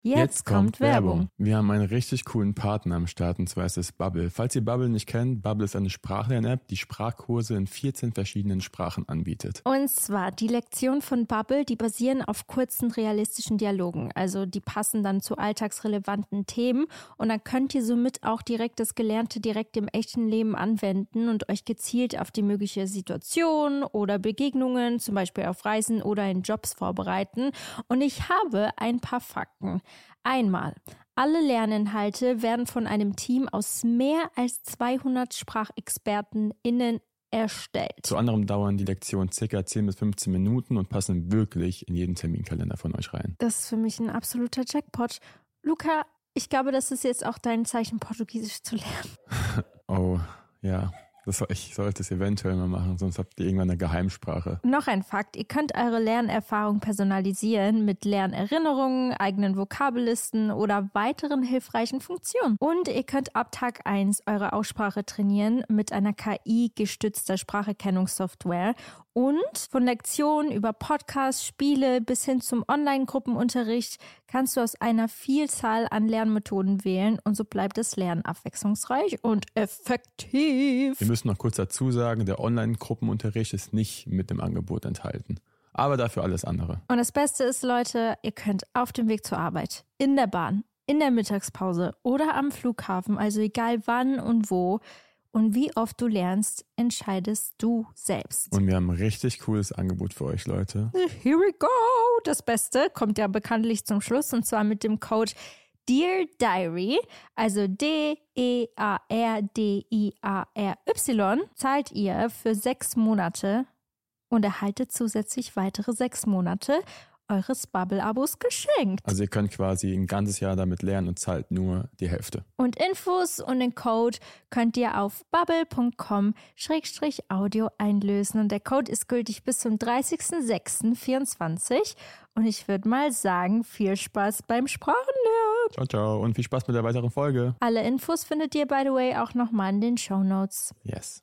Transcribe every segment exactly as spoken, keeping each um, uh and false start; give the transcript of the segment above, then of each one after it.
Jetzt, Jetzt kommt, kommt Werbung. Werbung. Wir haben einen richtig coolen Partner am Start, und zwar ist es Babbel. Falls ihr Babbel nicht kennt, Babbel ist eine Sprachlern-App, die Sprachkurse in vierzehn verschiedenen Sprachen anbietet. Und zwar die Lektionen von Babbel, die basieren auf kurzen, realistischen Dialogen. Also die passen dann zu alltagsrelevanten Themen und dann könnt ihr somit auch direkt das Gelernte direkt im echten Leben anwenden und euch gezielt auf die mögliche Situation oder Begegnungen, zum Beispiel auf Reisen oder in Jobs vorbereiten. Und ich habe ein paar Fakten. Einmal, alle Lerninhalte werden von einem Team aus mehr als zweihundert SprachexpertenInnen erstellt. Zu anderem dauern die Lektionen ca. zehn bis fünfzehn Minuten und passen wirklich in jeden Terminkalender von euch rein. Das ist für mich ein absoluter Jackpot. Luca, ich glaube, das ist jetzt auch dein Zeichen, Portugiesisch zu lernen. Oh, ja. Das, ich sollte es eventuell mal machen, sonst habt ihr irgendwann eine Geheimsprache. Noch ein Fakt, ihr könnt eure Lernerfahrung personalisieren mit Lernerinnerungen, eigenen Vokabellisten oder weiteren hilfreichen Funktionen. Und ihr könnt ab Tag eins eure Aussprache trainieren mit einer K I-gestützter Spracherkennungssoftware. Und von Lektionen über Podcasts, Spiele bis hin zum Online-Gruppenunterricht kannst du aus einer Vielzahl an Lernmethoden wählen und so bleibt das Lernen abwechslungsreich und effektiv. Wir müssen noch kurz dazu sagen, der Online-Gruppenunterricht ist nicht mit dem Angebot enthalten. Aber dafür alles andere. Und das Beste ist, Leute, ihr könnt auf dem Weg zur Arbeit, in der Bahn, in der Mittagspause oder am Flughafen, also egal wann und wo, und wie oft du lernst, entscheidest du selbst. Und wir haben ein richtig cooles Angebot für euch, Leute. Here we go! Das Beste kommt ja bekanntlich zum Schluss, und zwar mit dem Code Dear Diary, also D E A R D I A R Y, zahlt ihr für sechs Monate und erhaltet zusätzlich weitere sechs Monate eures Babbel-Abos geschenkt. Also ihr könnt quasi ein ganzes Jahr damit lernen und zahlt nur die Hälfte. Und Infos und den Code könnt ihr auf babbel punkt com Schrägstrich Audio einlösen. Und der Code ist gültig bis zum dreißigsten sechsten vierundzwanzig. Und ich würde mal sagen, viel Spaß beim Sprachenlernen. Ciao, ciao und viel Spaß mit der weiteren Folge. Alle Infos findet ihr, by the way, auch nochmal in den Shownotes. Yes.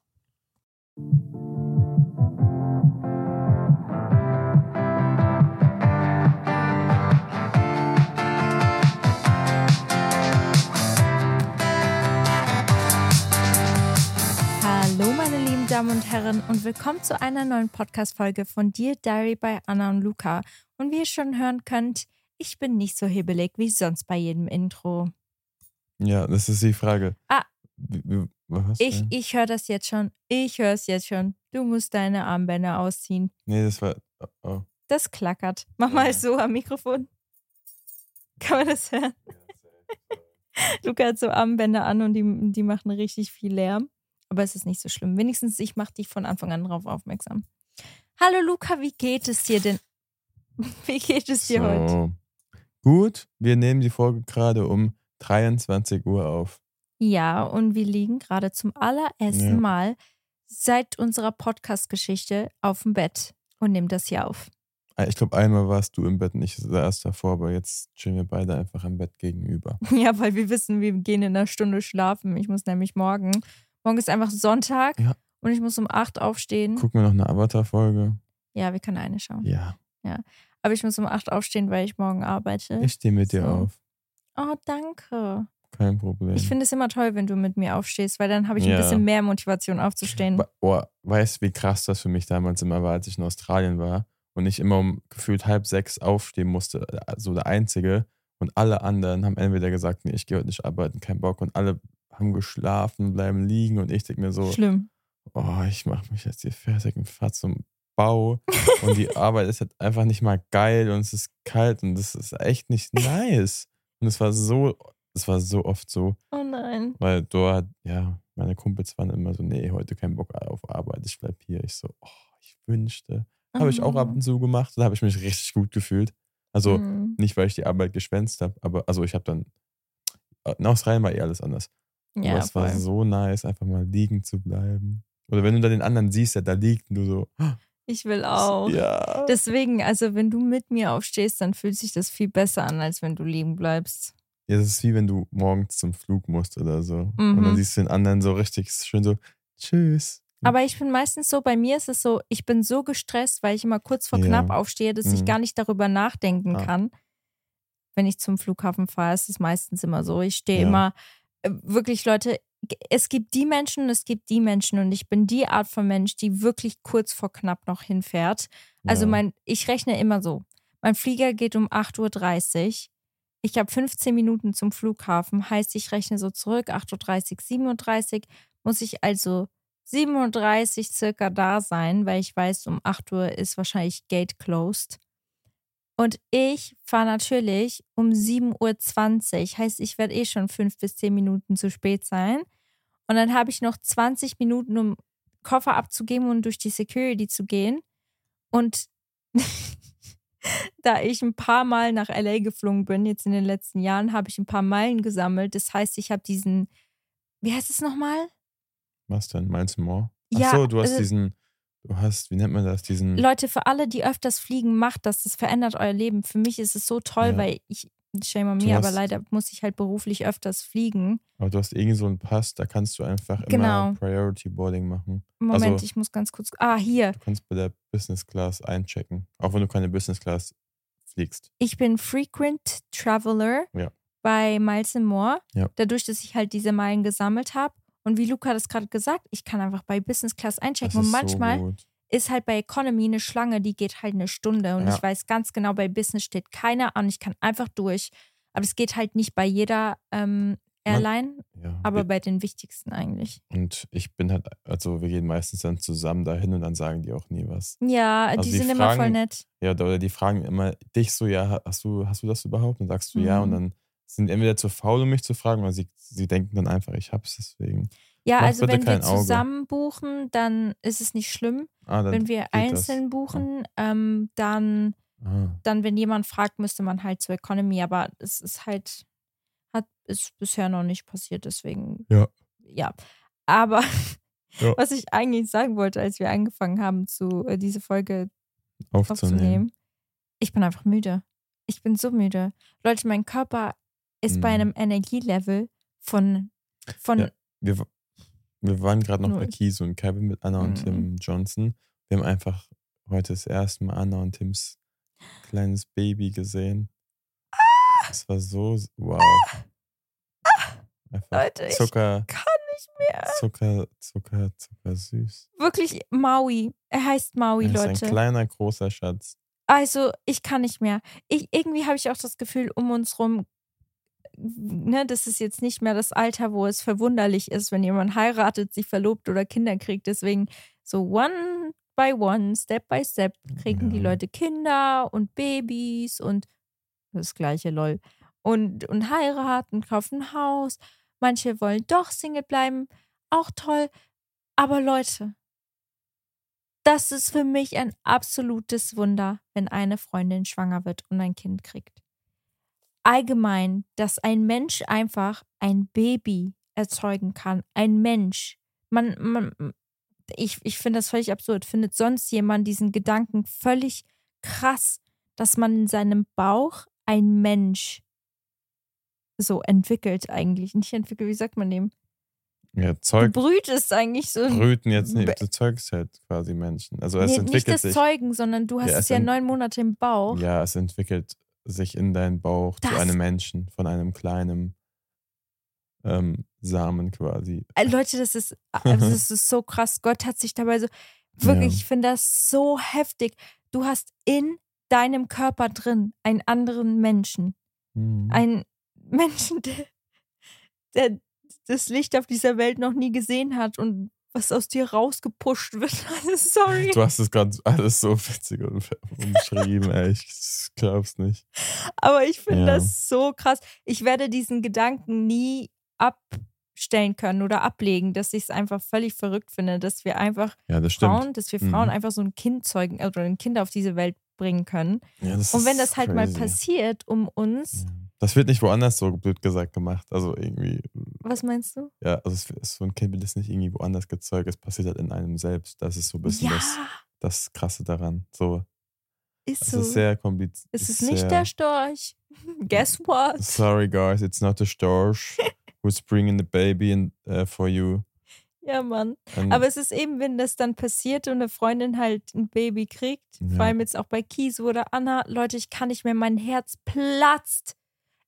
Hallo meine lieben Damen und Herren und willkommen zu einer neuen Podcast-Folge von Dear Diary bei Anna und Luca. Und wie ihr schon hören könnt, ich bin nicht so hibbelig wie sonst bei jedem Intro. Ja, das ist die Frage. Ah, wie, wie, was ich, ich höre das jetzt schon. Ich höre es jetzt schon. Du musst deine Armbänder ausziehen. Nee, das war... Oh. Das klackert. Mach mal ja. So am Mikrofon. Kann man das hören? Luca hat so Armbänder an und die, die machen richtig viel Lärm. Aber es ist nicht so schlimm. Wenigstens ich mache dich von Anfang an darauf aufmerksam. Hallo Luca, wie geht es dir denn? Wie geht es dir so. heute? Gut, wir nehmen die Folge gerade um dreiundzwanzig Uhr auf. Ja, und wir liegen gerade zum allerersten ja. Mal seit unserer Podcast-Geschichte auf dem Bett und nehmen das hier auf. Ich glaube, einmal warst du im Bett und ich saß davor, aber jetzt chillen wir beide einfach am Bett gegenüber. Ja, weil wir wissen, wir gehen in einer Stunde schlafen. Ich muss nämlich morgen... Morgen ist einfach Sonntag ja. und ich muss um acht aufstehen. Gucken wir noch eine Avatar-Folge? Ja, wir können eine schauen. Ja. ja. Aber ich muss um acht aufstehen, weil ich morgen arbeite. Ich stehe mit so. dir auf. Oh, danke. Kein Problem. Ich finde es immer toll, wenn du mit mir aufstehst, weil dann habe ich ja. ein bisschen mehr Motivation aufzustehen. Oh, weißt du, wie krass das für mich damals immer war, als ich in Australien war und ich immer um gefühlt halb sechs aufstehen musste, so der Einzige. Und alle anderen haben entweder gesagt, nee, ich gehe heute nicht arbeiten, kein Bock. Und alle haben geschlafen, bleiben liegen und ich denke mir so, schlimm. Oh, ich mache mich jetzt hier fertig und fahre zum Bau und die Arbeit ist halt einfach nicht mal geil und es ist kalt und das ist echt nicht nice. Und es war so, es war so oft so. Oh nein. Weil dort, ja, meine Kumpels waren immer so, nee, heute kein Bock auf Arbeit, ich bleib hier. Ich so, oh, ich wünschte. Habe ich auch ab und zu gemacht, da habe ich mich richtig gut gefühlt. Also mhm. nicht, weil ich die Arbeit geschwänzt habe, aber also ich habe dann, in Australien war eh alles anders. Ja, aber es voll. war so nice, einfach mal liegen zu bleiben. Oder wenn du dann den anderen siehst, der da liegt und du so, ich will auch. Ja. Deswegen, also wenn du mit mir aufstehst, dann fühlt sich das viel besser an, als wenn du liegen bleibst. Ja, das ist wie wenn du morgens zum Flug musst oder so. Mhm. Und dann siehst du den anderen so richtig schön so, tschüss. Aber ich bin meistens so, bei mir ist es so, ich bin so gestresst, weil ich immer kurz vor ja. knapp aufstehe, dass mhm. ich gar nicht darüber nachdenken ah. kann. wenn ich zum Flughafen fahre, ist es meistens immer so. Ich stehe Ja. immer, äh, wirklich Leute, es gibt die Menschen und es gibt die Menschen und ich bin die Art von Mensch, die wirklich kurz vor knapp noch hinfährt. Also Ja. mein, ich rechne immer so. Mein Flieger geht um acht Uhr dreißig. Ich habe fünfzehn Minuten zum Flughafen, heißt, ich rechne so zurück, acht Uhr dreißig, sieben Uhr dreißig, muss ich also sieben Uhr dreißig circa da sein, weil ich weiß, um acht Uhr ist wahrscheinlich Gate closed. Und ich fahre natürlich um sieben Uhr zwanzig, heißt, ich werde eh schon fünf bis zehn Minuten zu spät sein. Und dann habe ich noch zwanzig Minuten, um Koffer abzugeben und durch die Security zu gehen. Und da ich ein paar Mal nach L A geflogen bin, jetzt in den letzten Jahren, habe ich ein paar Meilen gesammelt. Das heißt, ich habe diesen, wie heißt es nochmal? Was denn? Meinst du more? Ach Ja, so, du hast also- diesen, du hast, wie nennt man das, diesen, Leute, für alle, die öfters fliegen, macht das. Das verändert euer Leben. Für mich ist es so toll, Ja. weil ich, shame on Du me, aber hast- leider muss ich halt beruflich öfters fliegen. aber du hast irgendwie so einen Pass, da kannst du einfach Genau. immer Priority Boarding machen. Moment, Also, ich muss ganz kurz. Ah, hier. du kannst bei der Business Class einchecken, auch wenn du keine Business Class fliegst. Ich bin Frequent Traveler Ja. bei Miles and More. Ja. Dadurch, dass ich halt diese Meilen gesammelt habe. Und wie Luca das gerade gesagt, ich kann einfach bei Business Class Das einchecken. ist Und manchmal so gut. ist halt bei Economy eine Schlange, die geht halt eine Stunde. Und Ja. ich weiß ganz genau, bei Business steht keiner an. Ich kann einfach durch. Aber es geht halt nicht bei jeder ähm, Airline, Ja. aber bei den wichtigsten eigentlich. Und ich bin halt, also wir gehen meistens dann zusammen dahin und dann sagen die auch nie was. Ja, Also die die sind immer voll fragen- nett. Ja, oder die fragen immer dich so, ja, hast du, hast du das überhaupt? Und sagst du ja, Mhm. und dann sind die entweder zu faul, um mich zu fragen, oder sie, sie denken dann einfach, ich hab's deswegen. Ja, Mach also bitte wenn wir kein Auge. zusammen buchen, dann ist es nicht schlimm. Ah, dann Wenn wir geht einzeln das. buchen, ähm, dann, Ah, dann, wenn jemand fragt, müsste man halt zur Economy. Aber es ist halt, hat, ist bisher noch nicht passiert, deswegen, ja. ja. Aber Ja. was ich eigentlich sagen wollte, als wir angefangen haben, zu, äh, diese Folge Aufzunehmen. aufzunehmen, ich bin einfach müde. Ich bin so müde. Leute, mein Körper ist bei Mhm. einem Energielevel von, von Ja. Wir, wa- wir waren gerade noch bei Null. Kies und Kevin mit Anna und Mhm. Tim Johnson. Wir haben einfach heute das erste Mal Anna und Tims kleines Baby gesehen. Es war so, wow. Einfach Leute, ich Zucker, kann nicht mehr. Zucker, Zucker, Zucker süß. Wirklich Maui. Er heißt Maui, Er ist ein Leute. kleiner, großer Schatz. Also, ich kann nicht mehr. Ich, irgendwie habe ich auch das Gefühl, um uns rum, ne, das ist jetzt nicht mehr das Alter, wo es verwunderlich ist, wenn jemand heiratet, sich verlobt oder Kinder kriegt. Deswegen so one by one, step by step, kriegen die Ja. Leute Kinder und Babys und das gleiche, lol. Und, und heiraten, kaufen ein Haus. Manche wollen doch Single bleiben. Auch toll. Aber Leute, das ist für mich ein absolutes Wunder, wenn eine Freundin schwanger wird und ein Kind kriegt. Allgemein, dass ein Mensch einfach ein Baby erzeugen kann. Ein Mensch. Man, man, ich, ich finde das völlig absurd. Findet sonst jemand diesen Gedanken völlig krass, dass man in seinem Bauch ein Mensch so entwickelt eigentlich. Nicht entwickelt, wie sagt man dem? Ja, Du Zeug brütest eigentlich so ein brüten jetzt nicht, Be- du zeugst halt quasi Menschen. Also es Nee, nicht entwickelt das sich. Zeugen, sondern du hast Ja, es es ja ent- neun Monate im Bauch. Ja, es entwickelt sich in deinen Bauch zu Das- einem Menschen, von einem kleinen ähm, Samen quasi. Äh, Leute, das ist, also das ist so krass. Gott hat sich dabei so, wirklich, Ja. ich finde das so heftig. Du hast in deinem Körper drin einen anderen Menschen. Mhm. Einen Menschen, der, der das Licht auf dieser Welt noch nie gesehen hat und was aus dir rausgepusht wird. Also, sorry. Du hast es gerade alles so witzig und umschrieben, ey. Ich glaub's nicht. Aber ich finde Ja. das so krass. Ich werde diesen Gedanken nie abstellen können oder ablegen, dass ich es einfach völlig verrückt finde, dass wir einfach Ja, das stimmt. Frauen, dass wir Frauen Mhm. einfach so ein Kind zeugen oder ein Kind auf diese Welt bringen können. Ja, das Und wenn ist das halt mal crazy. passiert um uns, Ja. Das wird nicht woanders so blöd gesagt gemacht. Also irgendwie, was meinst du? ja, also es ist so ein Kind wird jetzt nicht irgendwie woanders gezeugt. Es passiert halt in einem selbst. Das ist so ein bisschen Ja, das, das Krasse daran. So, ist es so. ist sehr kompliziert. Es ist nicht der Storch. Guess what? Sorry guys, it's not the storch who's bringing the baby in, uh, for you. Ja, Mann. And Aber es ist eben, wenn das dann passiert und eine Freundin halt ein Baby kriegt, Ja. vor allem jetzt auch bei Kies oder Anna, Leute, ich kann nicht mehr, mein Herz platzt.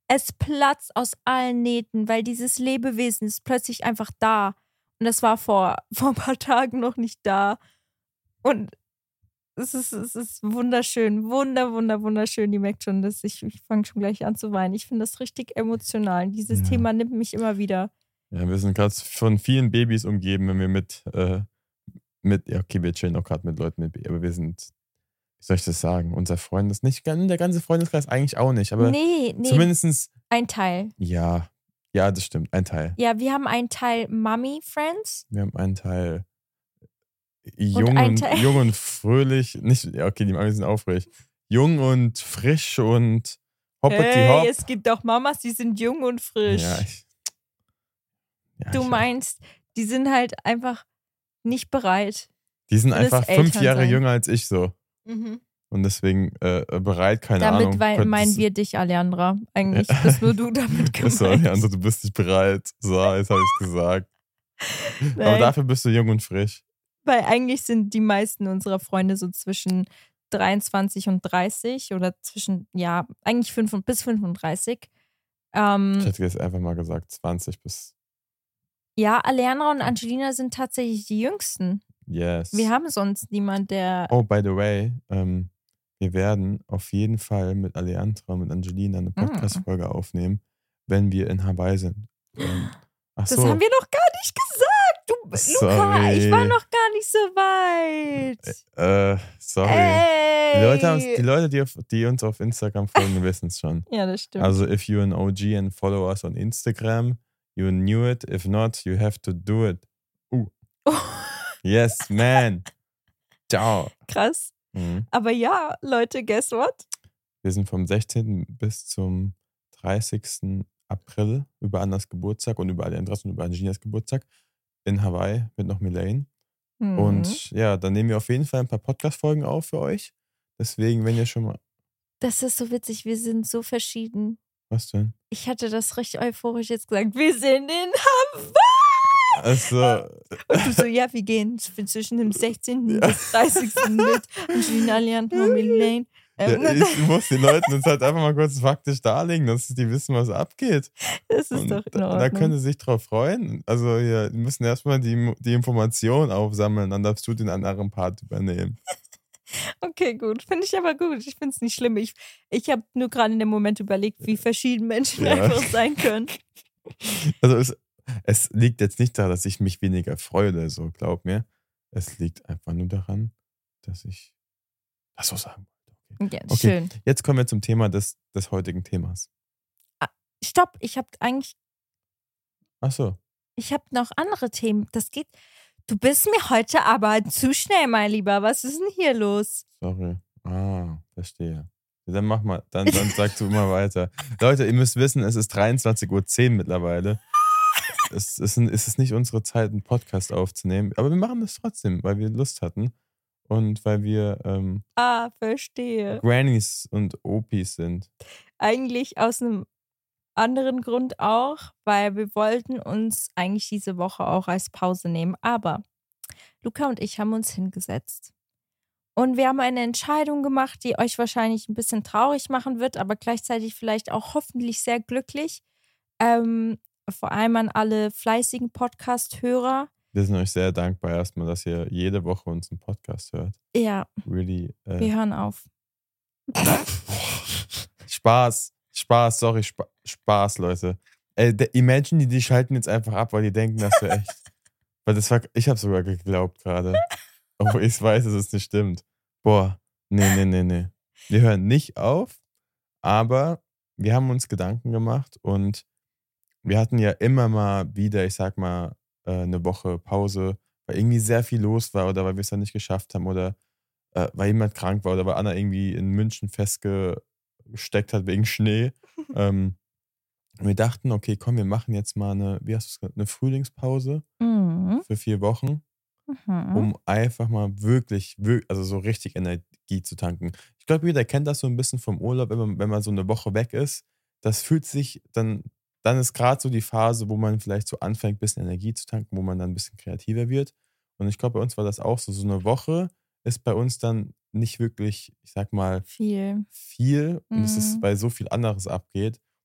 es platzt aus allen Nähten, weil dieses Lebewesen ist plötzlich einfach da. Und das war vor, vor ein paar Tagen noch nicht da. Und es ist, es ist wunderschön, wunder, wunder, wunderschön. Die merkt schon, dass ich, ich fange schon gleich an zu weinen. Ich finde das richtig emotional. Dieses Ja. Thema nimmt mich immer wieder. Ja, wir sind gerade von vielen Babys umgeben, wenn wir mit, äh, mit, ja, okay, wir chillen auch gerade mit Leuten mit Babys, aber wir sind, wie soll ich das sagen, unser Freundes, nicht der ganze Freundeskreis eigentlich auch nicht, aber nee, nee, zumindestens, ein Teil. ja, ja, das stimmt, ein Teil. Ja, wir haben einen Teil Mummy-Friends. Wir haben einen Teil jung Und ein und, Teil- jung und fröhlich, nicht, ja, okay, die Mamis sind aufrecht, jung und frisch und hoppity Hey, hopp. es gibt auch Mamas, die sind jung und frisch. Ja, ich, ja, du ich, meinst, die sind halt einfach nicht bereit. die sind für das einfach fünf Jahre Elternsein. jünger als ich so. Mhm. Und deswegen äh, bereit, keine Damit Ahnung. wei- könntest- meinen wir dich, Alejandra. Eigentlich Ja. bist nur du damit gemeint. Sorry, Andro, du bist nicht bereit. So, jetzt habe ich es gesagt. Aber Nein, dafür bist du jung und frisch. weil eigentlich sind die meisten unserer Freunde so zwischen dreiundzwanzig und dreißig oder zwischen, ja, eigentlich fünf bis fünfunddreißig. Ähm, Ich hätte jetzt einfach mal gesagt zwanzig bis ja, Alejandra und Angelina sind tatsächlich die Jüngsten. yes. Wir haben sonst niemand, der. Oh, by the way, ähm, wir werden auf jeden Fall mit Alejandra und mit Angelina eine Podcast-Folge aufnehmen, wenn wir in Hawaii sind. Ähm, ach Das so. haben wir noch gar nicht gesagt. Du, Luca, Sorry. ich war noch gar nicht so weit. Äh, sorry. Ey. Die Leute, haben's- die, Leute die, auf, die uns auf Instagram folgen, wissen es schon. Ja, das stimmt. Also, if you're an O G and follow us on Instagram, you knew it. If not, you have to do it. Uh. Yes, man. Ciao. Krass. Mhm. Aber ja, Leute, guess what? Wir sind vom sechzehnten bis zum dreißigsten April über Annas Geburtstag und über Alejandras und über Angelinas Geburtstag in Hawaii mit noch Milane. Mhm. Und ja, dann nehmen wir auf jeden Fall ein paar Podcast-Folgen auf für euch. Deswegen, wenn ihr schon mal. Das ist so witzig, wir sind so verschieden. Was denn? Ich hatte das richtig euphorisch jetzt gesagt. Wir sind in Hawaii! Also, Und du so, ja, wir gehen zwischen dem sechzehnten bis dreißigsten mit Angelina, Alejandra und Milane. Ähm, ja, ich muss den Leuten jetzt halt einfach mal kurz faktisch darlegen, dass die wissen, was abgeht. das ist Und doch in da, Ordnung. da können sie sich drauf freuen. Also, ja, die müssen erstmal die, die Informationen aufsammeln, dann darfst du den anderen Part übernehmen. Okay, gut. Finde ich aber gut. Ich finde es nicht schlimm. Ich, ich habe nur gerade in dem Moment überlegt, wie verschieden Menschen Ja. einfach sein können. Also, es, es liegt jetzt nicht daran, dass ich mich weniger freue oder so, glaub mir. Es liegt einfach nur daran, dass ich das so sagen wollte. Ja, Okay. schön. Jetzt kommen wir zum Thema des, des heutigen Themas. Stopp, ich habe eigentlich, Ach so. ich habe noch andere Themen. Das geht. Du bist mir heute aber zu schnell, mein Lieber. Was ist denn hier los? Sorry. Ah, verstehe. Dann mach mal, dann, dann sag du immer weiter. Leute, ihr müsst wissen, es ist dreiundzwanzig Uhr zehn mittlerweile. Es ist, es ist nicht unsere Zeit, einen Podcast aufzunehmen. Aber wir machen das trotzdem, weil wir Lust hatten. Und weil wir ähm, Ah, verstehe. Grannies und Opis sind. Eigentlich aus einem anderen Grund auch, weil wir wollten uns eigentlich diese Woche auch als Pause nehmen. Aber Luca und ich haben uns hingesetzt. Und wir haben eine Entscheidung gemacht, die euch wahrscheinlich ein bisschen traurig machen wird, aber gleichzeitig vielleicht auch hoffentlich sehr glücklich. Ähm, vor allem an alle fleißigen Podcast-Hörer. Wir sind euch sehr dankbar erstmal, dass ihr jede Woche uns einen Podcast hört. Ja, Really. Äh, wir hören auf. Spaß. Spaß, sorry, Spa- Spaß, Leute. Ey, der, imagine, die, die schalten jetzt einfach ab, weil die denken, dass wir echt. Weil das war, ich habe sogar geglaubt gerade. Obwohl ich weiß, dass es nicht stimmt. Boah, nee, nee, nee, nee. Wir hören nicht auf, aber wir haben uns Gedanken gemacht und wir hatten ja immer mal wieder, ich sag mal, äh, eine Woche Pause, weil irgendwie sehr viel los war oder weil wir es dann nicht geschafft haben oder äh, weil jemand krank war oder weil Anna irgendwie in München festgesteckt hat wegen Schnee. ähm, und wir dachten, okay, komm, wir machen jetzt mal eine, wie hast du es gesagt, eine Frühlingspause Mhm. für vier Wochen, Mhm. um einfach mal wirklich, wirklich, also so richtig Energie zu tanken. Ich glaube, jeder kennt das so ein bisschen vom Urlaub, wenn man, wenn man so eine Woche weg ist. Das fühlt sich dann, dann ist gerade so die Phase, wo man vielleicht so anfängt, ein bisschen Energie zu tanken, wo man dann ein bisschen kreativer wird. Und ich glaube, bei uns war das auch so. So eine Woche ist bei uns dann nicht wirklich, ich sag mal, Viel. viel. Und es ist, Mhm. weil so viel anderes abgeht.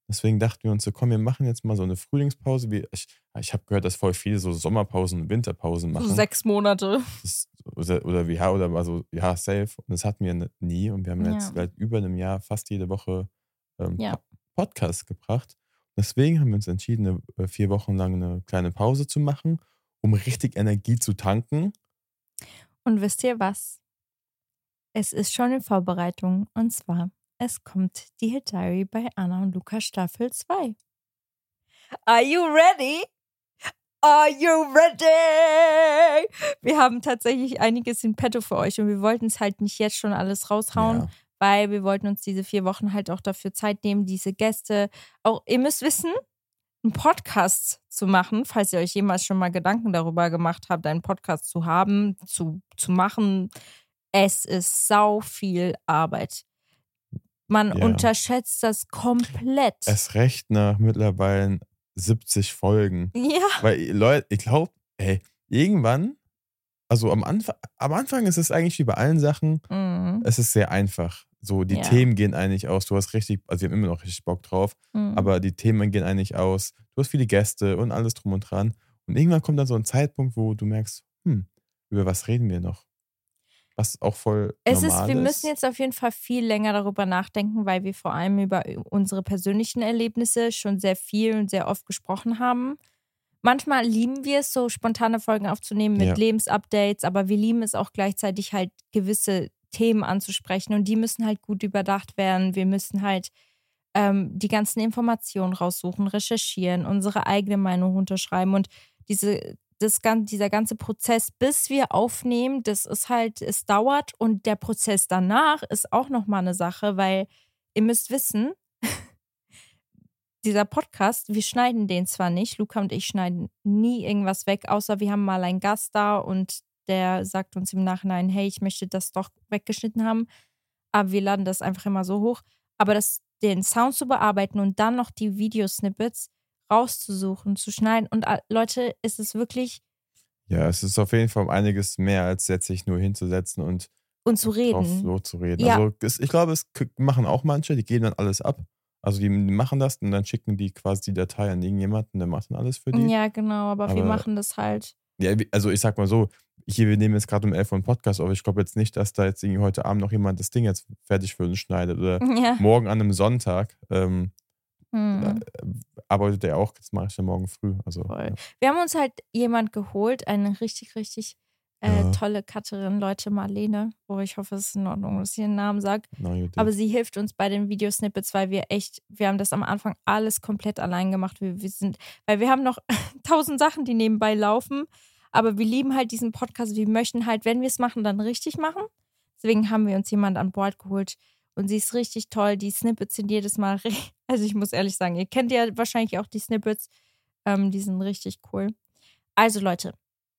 Deswegen dachten wir uns so, komm, wir machen jetzt mal so eine Frühlingspause. Wie, ich ich habe gehört, dass voll viele so Sommerpausen und Winterpausen machen. So sechs Monate. Das, oder, oder wie, ja, oder mal so, ja, safe. Und das hatten wir nie. Und wir haben jetzt Ja. seit über einem Jahr fast jede Woche ähm, Ja. Po- Podcasts gebracht. Deswegen haben wir uns entschieden, eine, äh, vier Wochen lang eine kleine Pause zu machen, um richtig Energie zu tanken. Und wisst ihr was? Es ist schon in Vorbereitung. Und zwar, es kommt die Hit Diary bei Anna und Luca Staffel zwei. Are you ready? Are you ready? Wir haben tatsächlich einiges in petto für euch und wir wollten es halt nicht jetzt schon alles raushauen, Ja. weil wir wollten uns diese vier Wochen halt auch dafür Zeit nehmen, diese Gäste. Auch ihr müsst wissen, einen Podcast zu machen, falls ihr euch jemals schon mal Gedanken darüber gemacht habt, einen Podcast zu haben, zu, zu machen. Es ist sau viel Arbeit. Man Ja. unterschätzt das komplett. Es recht nach mittlerweile siebzig Folgen. Ja. Weil, Leute, ich glaube, ey, irgendwann, also am Anfang, am Anfang ist es eigentlich wie bei allen Sachen, Mhm. es ist sehr einfach. So, die Ja. Themen gehen eigentlich aus. Du hast richtig, also wir haben immer noch richtig Bock drauf, Mhm. aber die Themen gehen eigentlich aus. Du hast viele Gäste und alles drum und dran. Und irgendwann kommt dann so ein Zeitpunkt, wo du merkst, hm, über was reden wir noch? Was auch voll Es normal ist, wir ist. müssen jetzt auf jeden Fall viel länger darüber nachdenken, weil wir vor allem über unsere persönlichen Erlebnisse schon sehr viel und sehr oft gesprochen haben. Manchmal lieben wir es, so spontane Folgen aufzunehmen mit Ja. Lebensupdates, aber wir lieben es auch gleichzeitig halt gewisse Themen anzusprechen und die müssen halt gut überdacht werden. Wir müssen halt ähm, die ganzen Informationen raussuchen, recherchieren, unsere eigene Meinung unterschreiben und diese Das, gan- dieser ganze Prozess, bis wir aufnehmen, das ist halt, es dauert und der Prozess danach ist auch nochmal eine Sache, weil ihr müsst wissen, dieser Podcast, wir schneiden den zwar nicht, Luca und ich schneiden nie irgendwas weg, außer wir haben mal einen Gast da und der sagt uns im Nachhinein, hey, ich möchte das doch weggeschnitten haben, aber wir laden das einfach immer so hoch. Aber das, den Sound zu bearbeiten und dann noch die Videosnippets rauszusuchen, zu schneiden und äh, Leute, es ist wirklich Ja, es ist auf jeden Fall um einiges mehr, als jetzt sich nur hinzusetzen und und zu drauf reden. loszureden. Ja. Also es, ich glaube, es k- machen auch manche, die geben dann alles ab. Also die, die machen das und dann schicken die quasi die Datei an irgendjemanden, der macht dann alles für die. Ja, genau, aber, wir Aber- machen das halt. Ja, wie- also ich sag mal so, hier, wir nehmen jetzt gerade um elf Uhr einen Podcast auf. Ich glaube jetzt nicht, dass da jetzt irgendwie heute Abend noch jemand das Ding jetzt fertig für uns schneidet oder Ja. morgen an einem Sonntag. Ähm, Hm. arbeitet der auch, das mache ich ja morgen früh. Also, Voll. ja. Wir haben uns halt jemand geholt, eine richtig, richtig äh, Ja. tolle Cutterin, Leute, Marlene. Oh, ich hoffe, es ist in Ordnung, dass ich ihren Namen sage. No, you did. Aber sie hilft uns bei den Videosnippets, weil wir echt, wir haben das am Anfang alles komplett allein gemacht. Wir, wir sind, weil wir haben noch tausend Sachen, die nebenbei laufen. Aber wir lieben halt diesen Podcast. Wir möchten halt, wenn wir es machen, dann richtig machen. Deswegen haben wir uns jemand an Bord geholt. Und sie ist richtig toll. Die Snippets sind jedes Mal, ri- also ich muss ehrlich sagen, ihr kennt ja wahrscheinlich auch die Snippets. Ähm, die sind richtig cool. Also Leute,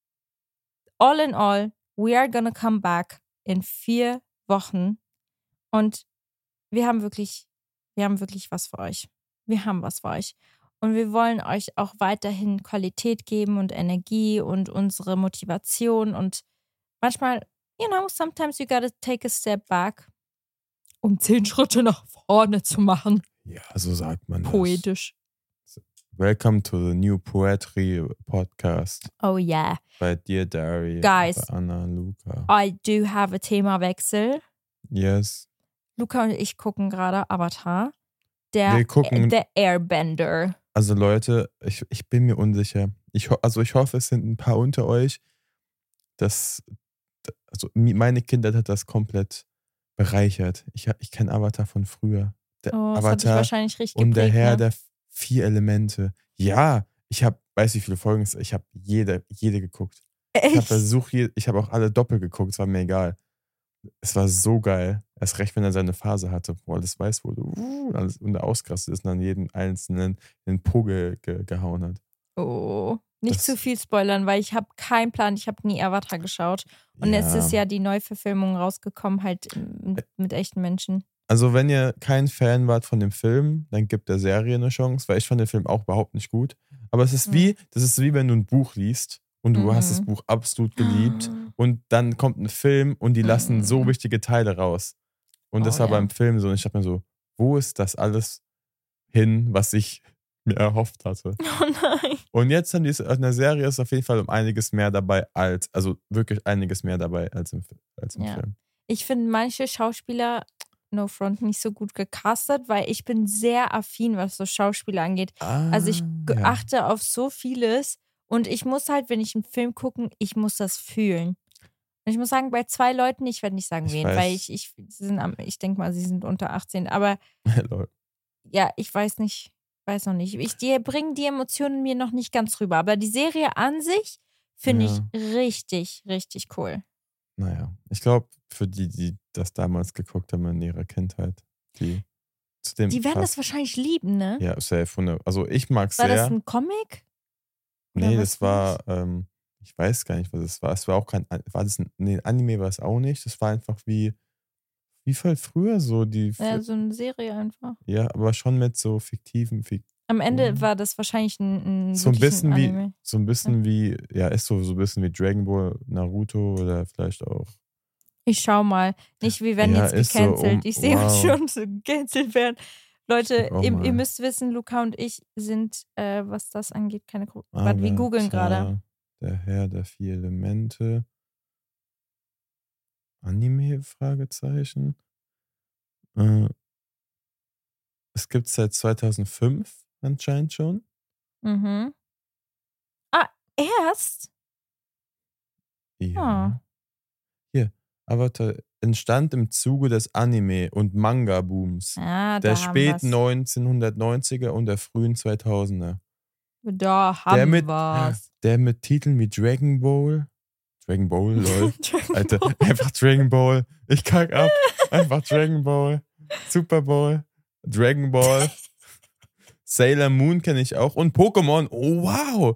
all in all, we are gonna come back in vier Wochen. Und wir haben wirklich, wir haben wirklich was für euch. Wir haben was für euch. Und wir wollen euch auch weiterhin Qualität geben und Energie und unsere Motivation. Und manchmal, you know, sometimes you gotta take a step back, um zehn Schritte nach vorne zu machen. Ja, so sagt man das. Poetisch. Welcome to the new Poetry Podcast Oh yeah. bei Dear Diary, Guys. bei Anna und Luca. I do have a Themawechsel. Yes. Luca und ich gucken gerade Avatar. Der, Wir gucken- der Airbender. Also Leute, ich, ich bin mir unsicher. Ich, ho- also ich hoffe, es sind ein paar unter euch, dass, also mi- meine Kindheit hat das komplett bereichert. Ich, ha- ich kenne Avatar von früher. Der Oh, das hat dich Avatar wahrscheinlich richtig und der geprägt, Herr ne? der vier Elemente. Ja, ich habe, weiß wie viele Folgen es ich habe jede, jede geguckt. Ich habe Echt? versucht, je- ich habe auch alle doppelt geguckt, es war mir egal. Es war so geil. Erst recht, wenn er seine Phase hatte, wo alles weiß wurde. Uh, alles und er ausgerastet ist und dann jeden einzelnen in den Po ge, ge, gehauen hat. Oh, nicht Das- zu viel spoilern, weil ich habe keinen Plan. Ich habe nie Avatar geschaut. Und Ja. es ist ja die Neuverfilmung rausgekommen, halt mit, mit echten Menschen. Also, wenn ihr kein Fan wart von dem Film, dann gibt der Serie eine Chance, weil ich fand den Film auch überhaupt nicht gut. Aber es ist Mhm. wie, das ist wie wenn du ein Buch liest und du Mhm. hast das Buch absolut geliebt und dann kommt ein Film und die lassen Mhm. so wichtige Teile raus. Und das Oh, war ja. beim Film so und ich dachte mir so, wo ist das alles hin, was ich mir erhofft hatte. Oh nein. Und jetzt haben die es in der Serie ist auf jeden Fall um einiges mehr dabei als, also wirklich einiges mehr dabei als im, als im Ja. Film. Ich finde manche Schauspieler, no front, nicht so gut gecastet, weil ich bin sehr affin, was so Schauspieler angeht. Ah, Also ich ge- ja. achte auf so vieles und ich muss halt, wenn ich einen Film gucke, ich muss das fühlen. Und ich muss sagen, bei zwei Leuten, ich werde nicht sagen Ich wen, weiß. weil ich, ich, sie sind am- ich denke mal, sie sind unter achtzehn, aber Lol. ja, ich weiß nicht, weiß noch nicht. Ich, die bringen die Emotionen mir noch nicht ganz rüber, aber die Serie an sich finde Ja. ich richtig, richtig cool. Naja, ich glaube, für die, die das damals geguckt haben in ihrer Kindheit, die zu dem Die werden das passt. wahrscheinlich lieben, ne? Ja, safe. hundert Also ich mag War sehr. das ein Comic? Oder Nee, was das war, ähm, ich weiß gar nicht, was es war. Es war auch kein, war das ein, nee, Anime war es auch nicht. Das war einfach wie, wie voll früher so die, Ja, so eine Serie einfach. ja, aber schon mit so fiktiven, fik Am Ende Mhm. war das wahrscheinlich ein, ein so ein wirklich bisschen ein wie, Anime. so ein bisschen wie, ja, ist so, so ein bisschen wie Dragon Ball, Naruto oder vielleicht auch. Ich schau mal. Nicht, wir werden Ja, jetzt ist so gecancelt. um- ich sehe uns wow. schon so gecancelt werden. Leute, guck auch ihr, mal. ihr müsst wissen, Luca und ich sind, äh, was das angeht, keine Gro- Warte, wir googeln gerade. Avatar, der Herr der vier Elemente. Anime? Fragezeichen. Äh, es gibt seit zweitausendfünf anscheinend schon. Mhm. Ah, erst? Ja. Ah. Hier, Avatar entstand im Zuge des Anime- und Manga-Booms Ah, der da haben späten wir's. neunzehnhundertneunziger und der frühen zweitausender. Da Der haben mit, wir's. der mit Titeln wie Dragon Ball. Dragon Ball, lol. Dragon Alter, Ball. einfach Dragon Ball. Ich kack ab. Einfach Dragon Ball. Super Ball. Dragon Ball. Sailor Moon kenne ich auch. Und Pokémon. Oh, wow.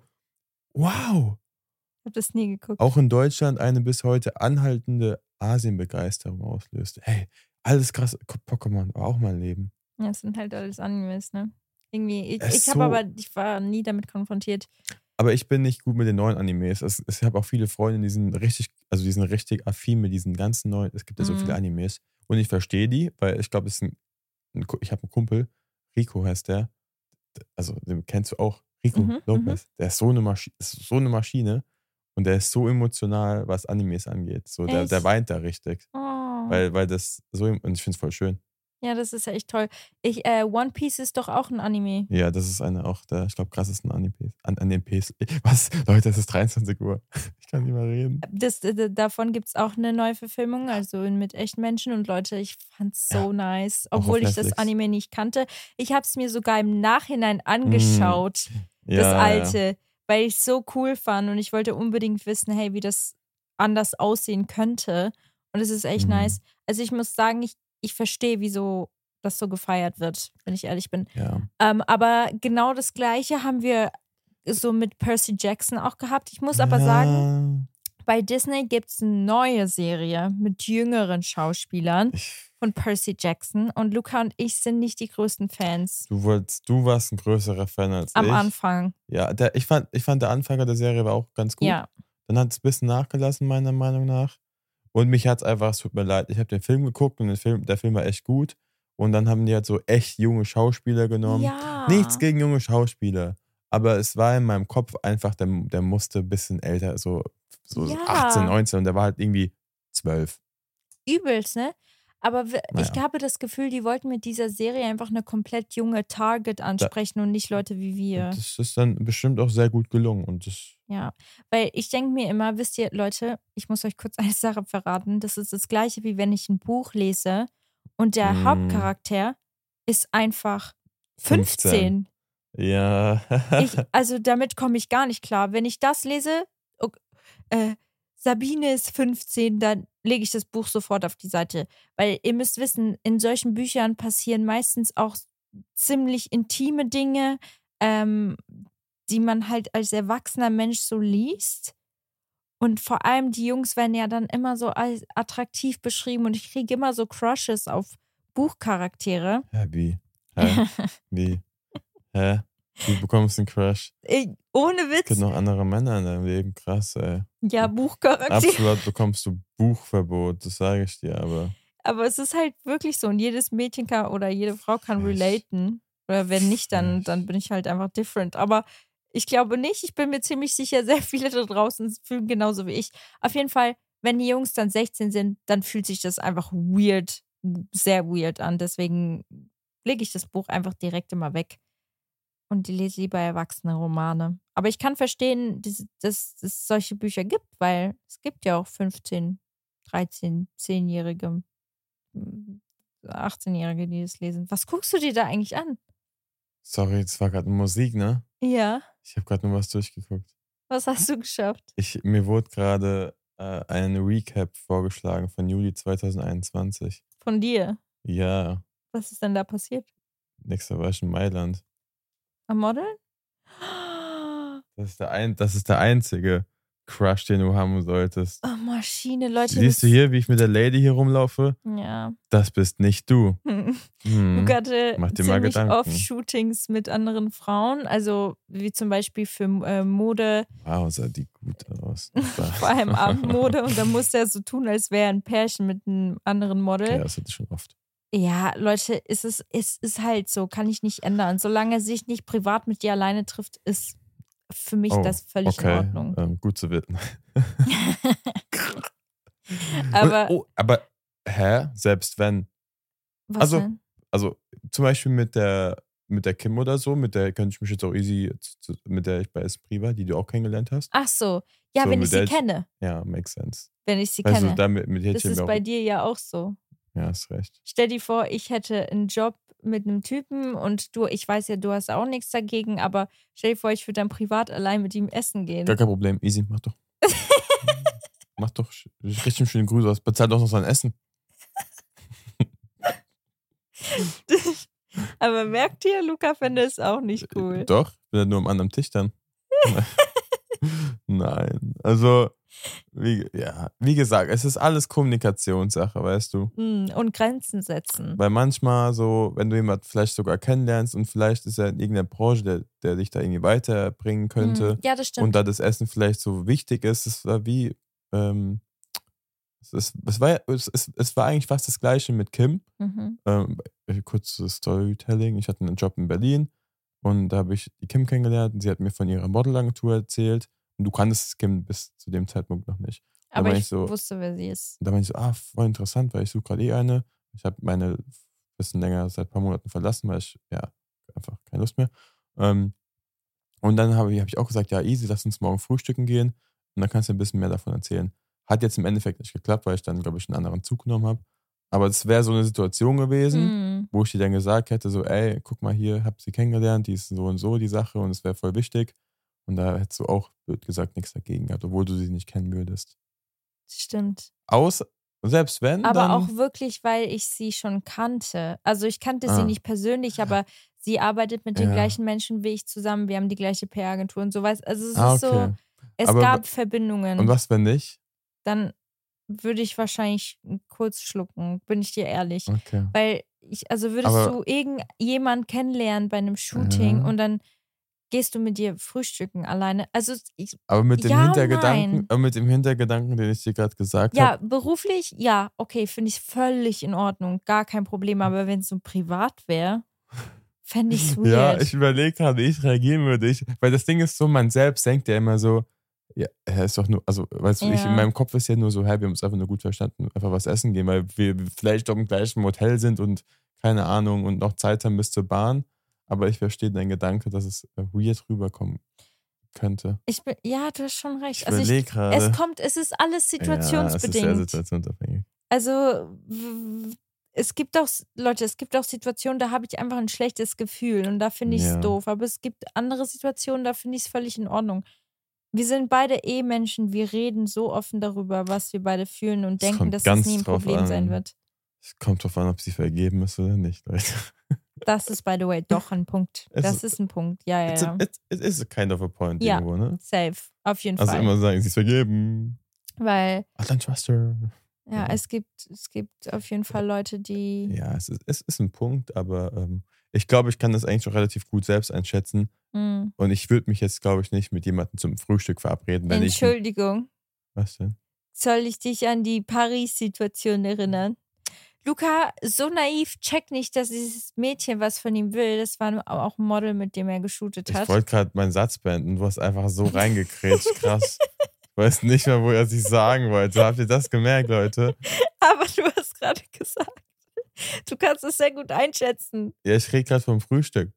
Wow. Ich hab das nie geguckt. Auch in Deutschland eine bis heute anhaltende Asienbegeisterung auslöst. Hey, alles krass. Pokémon war auch mein Leben. Ja, es sind halt alles Animes, ne? Irgendwie, ich, Es ich ist habe so- aber, ich war nie damit konfrontiert. Aber ich bin nicht gut mit den neuen Animes. Es, ich habe auch viele Freunde, die sind richtig, also die sind richtig affin mit diesen ganzen neuen. Es gibt ja so Mhm. viele Animes. Und ich verstehe die, weil ich glaube, es ist ein, ein Ku- ich habe einen Kumpel, Rico heißt der. Also den kennst du auch, Rico Mhm, Lopez. Der ist so eine Maschine, ist so eine Maschine und der ist so emotional, was Animes angeht. So, der, der Echt? weint da richtig, Oh. weil, weil das so und ich finde es voll schön. Ja, das ist ja echt toll. Ich, äh, One Piece ist doch auch ein Anime. Ja, das ist eine auch der, ich glaube, krassesten Animes. An, an den P S. Was? Leute, es ist dreiundzwanzig Uhr. Ich kann nicht mehr reden. Das, d- davon gibt es auch eine neue Verfilmung, also mit echten Menschen. Und Leute, ich fand's so Ja, nice. auch auf Obwohl ich das Netflix. Anime nicht kannte. Ich habe es mir sogar im Nachhinein angeschaut, Ja, das ja. alte, weil ich es so cool fand und ich wollte unbedingt wissen, hey, wie das anders aussehen könnte. Und es ist echt Mhm. nice. Also ich muss sagen, ich, ich verstehe, wieso das so gefeiert wird, wenn ich ehrlich bin. Ja. Ähm, aber genau das Gleiche haben wir so mit Percy Jackson auch gehabt. Ich muss aber ja. sagen, bei Disney gibt es eine neue Serie mit jüngeren Schauspielern Ich, von Percy Jackson. Und Luca und ich sind nicht die größten Fans. du, wolltest, du warst ein größerer Fan als Am ich. Anfang. Ja, der, ich, fand, ich fand, der Anfang der Serie war auch ganz gut. Ja. Dann hat es ein bisschen nachgelassen, meiner Meinung nach. Und mich hat es einfach, es tut mir leid, ich habe den Film geguckt und den Film, der Film war echt gut. Und dann haben die halt so echt junge Schauspieler genommen. Ja. Nichts gegen junge Schauspieler. Aber es war in meinem Kopf einfach, der, der musste ein bisschen älter, so, so Ja. achtzehn, neunzehn und der war halt irgendwie zwölf. Übelst, ne? Aber w- Naja. ich habe das Gefühl, die wollten mit dieser Serie einfach eine komplett junge Target ansprechen und nicht Leute wie wir. Und das ist dann bestimmt auch sehr gut gelungen. Und das, Ja, weil ich denke mir immer, wisst ihr, Leute, ich muss euch kurz eine Sache verraten. Das ist das Gleiche, wie wenn ich ein Buch lese und der Mm. Hauptcharakter ist einfach fünfzehn. Ja. Ich, also damit komme ich gar nicht klar. Wenn ich das lese, ok- äh, Sabine ist fünfzehn, dann lege ich das Buch sofort auf die Seite. Weil ihr müsst wissen, in solchen Büchern passieren meistens auch ziemlich intime Dinge, ähm, die man halt als erwachsener Mensch so liest. Und vor allem die Jungs werden ja dann immer so als attraktiv beschrieben und ich kriege immer so Crushes auf Buchcharaktere. Hä, wie? Hä? Wie? Hä? Du bekommst einen Crush. Ich, ohne Es Witz. gibt noch andere Männer in deinem Leben. Krass, ey. Ja, Buchcharaktere. Absolut bekommst du Buchverbot, das sage ich dir, aber Aber es ist halt wirklich so und jedes Mädchen kann oder jede Frau kann Ich- relaten. Oder wenn nicht, dann, dann bin ich halt einfach different. Aber ich glaube nicht. Ich bin mir ziemlich sicher, sehr viele da draußen fühlen genauso wie ich. Auf jeden Fall, wenn die Jungs dann sechzehn sind, dann fühlt sich das einfach weird, sehr weird an. Deswegen lege ich das Buch einfach direkt immer weg. Und die lese lieber erwachsene Romane. Aber ich kann verstehen, dass, dass es solche Bücher gibt, weil es gibt ja auch fünfzehn, dreizehn, zehn-Jährige, achtzehn-Jährige, die das lesen. Was guckst du dir da eigentlich an? Sorry, das war gerade Musik, ne? Ja. Ich habe gerade nur was durchgeguckt. Was hast du geschafft? Ich, mir wurde gerade äh, ein Recap vorgeschlagen von Juli zwanzig einundzwanzig. Von dir? Ja. Was ist denn da passiert? Nächste war ich in Mailand. Am Modeln? Das ist der, ein, das ist der einzige Crush, den du haben solltest. Oh, Maschine, Leute. Siehst du hier, wie ich mit der Lady hier rumlaufe? Ja. Das bist nicht du. Hm. Hm. Luca hatte Mach dir mal ziemlich Gedanken. oft Shootings mit anderen Frauen, also wie zum Beispiel für äh, Mode. Wow, sah die gut aus. Vor allem Abendmode. Und dann musste er so tun, als wäre er ein Pärchen mit einem anderen Model. Ja, das hatte ich schon oft. Ja, Leute, es ist, es ist halt so, kann ich nicht ändern. Solange er sich nicht privat mit dir alleine trifft, ist für mich Oh, das völlig okay. in Ordnung. Ähm, gut zu wissen. aber, Und, oh, aber, hä? Selbst wenn. was Also, denn? also zum Beispiel mit der, mit der Kim oder so, mit der könnte ich mich jetzt auch easy, mit der ich bei Esprit war, die du auch kennengelernt hast. Ach so, ja, So, wenn mit ich sie der ich- kenne. Ja, makes sense. Wenn ich sie Also kenne. damit mit hätte Das ich ist mir auch, bei dir ja auch so. ja, hast recht. Stell dir vor, ich hätte einen Job mit einem Typen und du, ich weiß ja, du hast auch nichts dagegen, aber stell dir vor, ich würde dann privat allein mit ihm essen gehen. Gar kein Problem, easy, mach doch. Mach doch richtig schöne Grüße aus. Bezahl doch noch sein Essen. Aber merkt ihr, Luca fände es auch nicht cool. Doch, ich bin ja nur am anderen Tisch dann. Nein, also wie, ja, wie gesagt, es ist alles Kommunikationssache, weißt du. Mm, Und Grenzen setzen. Weil manchmal so, wenn du jemanden vielleicht sogar kennenlernst und vielleicht ist er in irgendeiner Branche, der, der dich da irgendwie weiterbringen könnte Mm, Ja, das stimmt. und da das Essen vielleicht so wichtig ist, es war wie, ähm, es, ist, es, war, es, es, es war eigentlich fast das Gleiche mit Kim. Mhm. Ähm, kurzes Storytelling, ich hatte einen Job in Berlin und da habe ich die Kim kennengelernt und sie hat mir von ihrer Modelagentur erzählt und du kanntest Kim bis zu dem Zeitpunkt noch nicht. Da Aber war ich ich so- wusste, wer sie ist. Und da meinte ich so, ah, voll interessant, weil ich suche gerade eh eine. Ich habe meine ein bisschen länger, seit ein paar Monaten verlassen, weil ich, ja, einfach keine Lust mehr. Ähm, und dann habe ich, hab ich auch gesagt, ja, easy, lass uns morgen frühstücken gehen und dann kannst du ein bisschen mehr davon erzählen. Hat jetzt im Endeffekt nicht geklappt, weil ich dann, glaube ich, einen anderen Zug genommen habe. Aber es wäre so eine Situation gewesen, Mm. wo ich dir dann gesagt hätte, so, ey, guck mal hier, hab sie kennengelernt, die ist so und so die Sache und es wäre voll wichtig. Und da hättest du auch, blöd gesagt, nichts dagegen gehabt, obwohl du sie nicht kennen würdest. Stimmt. Aus, selbst wenn, Aber dann, auch wirklich, weil ich sie schon kannte. Also ich kannte sie Ah. nicht persönlich, aber sie arbeitet mit den Ja. gleichen Menschen wie ich zusammen. Wir haben die gleiche P R-Agentur und so was. Also es ah, ist okay. so, es Aber gab wa- Verbindungen. Und was, wenn nicht? Dann würde ich wahrscheinlich kurz schlucken, bin ich dir ehrlich. Okay. Weil ich, also würdest Aber- du irgendjemand kennenlernen bei einem Shooting Ja. und dann gehst du mit dir frühstücken alleine. Also ich, Aber mit dem Ja und Hintergedanken, nein. aber mit dem Hintergedanken, den ich dir gerade gesagt ja, habe. beruflich, ja, okay, finde ich völlig in Ordnung, gar kein Problem. Aber wenn es so privat wäre, fände ich es weird. Ja, ich überlege gerade, wie ich reagieren würde. Ich, weil das Ding ist so, man selbst denkt ja immer so, ja, er ist doch nur, also, weißt du, ich, Ja. in meinem Kopf ist ja nur so, hey, wir haben uns einfach nur gut verstanden, einfach was essen gehen, weil wir vielleicht doch im gleichen Hotel sind und keine Ahnung und noch Zeit haben bis zur Bahn. Aber ich verstehe deinen Gedanke, dass es äh, weird rüberkommen könnte. Ich bin, ja, du hast schon recht. Ich Also überlege ich, gerade. es kommt, es ist alles Ja, es ist sehr situationsbedingt. situationsabhängig. Also w- es gibt auch, Leute, es gibt auch Situationen, da habe ich einfach ein schlechtes Gefühl und da finde ich es Ja. doof. Aber es gibt andere Situationen, da finde ich es völlig in Ordnung. Wir sind beide eh Menschen, wir reden so offen darüber, was wir beide fühlen und Es denken, kommt dass ganz es nie ein drauf Problem sein an. wird. Es kommt drauf an, ob sie vergeben ist oder nicht, Leute. Das ist, by the way, doch ein Punkt. Es Das ist- ist ein Punkt. Ja, ja, It's ja. a, it, it is a kind of a point Ja. irgendwo, ne? Safe. Auf jeden Also Fall. immer sagen, sie ist vergeben. Weil, I don't trust her. ja, Ja. es gibt, es gibt auf jeden Fall Leute, die. Ja, es ist, es ist ein Punkt, aber ähm, ich glaube, ich kann das eigentlich auch relativ gut selbst einschätzen. Mh. Und ich würde mich jetzt, glaube ich, nicht mit jemandem zum Frühstück verabreden, wenn ich. Entschuldigung. Was denn? Soll ich dich an die Paris-Situation erinnern? Luca, so naiv, checkt nicht, dass dieses Mädchen was von ihm will. Das war auch ein Model, mit dem er geshootet hat. Ich wollte gerade meinen Satz beenden. Du hast einfach so reingekrätscht. Krass. Ich weiß nicht mehr, wo er sich sagen wollte. Habt ihr das gemerkt, Leute? Aber du hast gerade gesagt, du kannst es sehr gut einschätzen. Ja, ich rede gerade vom Frühstück.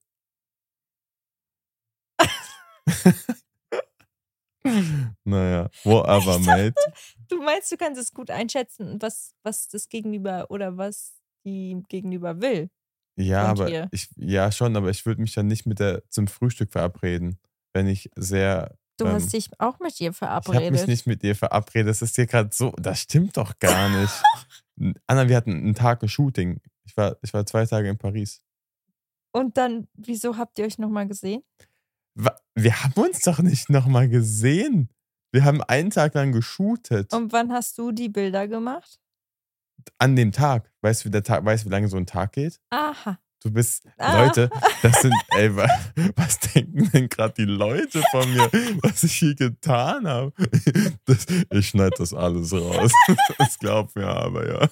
Naja, whatever, mate. Du meinst, du kannst es gut einschätzen, was, was das Gegenüber oder was die Gegenüber will. Ja, Und aber ihr. ich, ja schon, aber ich würde mich dann nicht mit der zum Frühstück verabreden, wenn ich sehr. Du ähm, hast dich auch mit ihr Ich habe verabredet. mich nicht mit ihr verabredet. Das ist hier gerade so. Das stimmt doch gar nicht. Anna, wir hatten einen Tag ein Shooting. Ich war, ich war zwei Tage in Paris. Und dann, wieso habt ihr euch nochmal gesehen? Wa- Wir haben uns doch nicht nochmal gesehen. Wir haben einen Tag lang geshootet. Und wann hast du die Bilder gemacht? An dem Tag. Weißt du, wie der Tag, weißt du, wie lange so ein Tag geht? Aha. Du bist, Ah. Leute, das sind, ey, wa- was denken denn gerade die Leute von mir, was ich hier getan habe? Das, ich schneide das alles raus. Das glaubt mir aber, ja.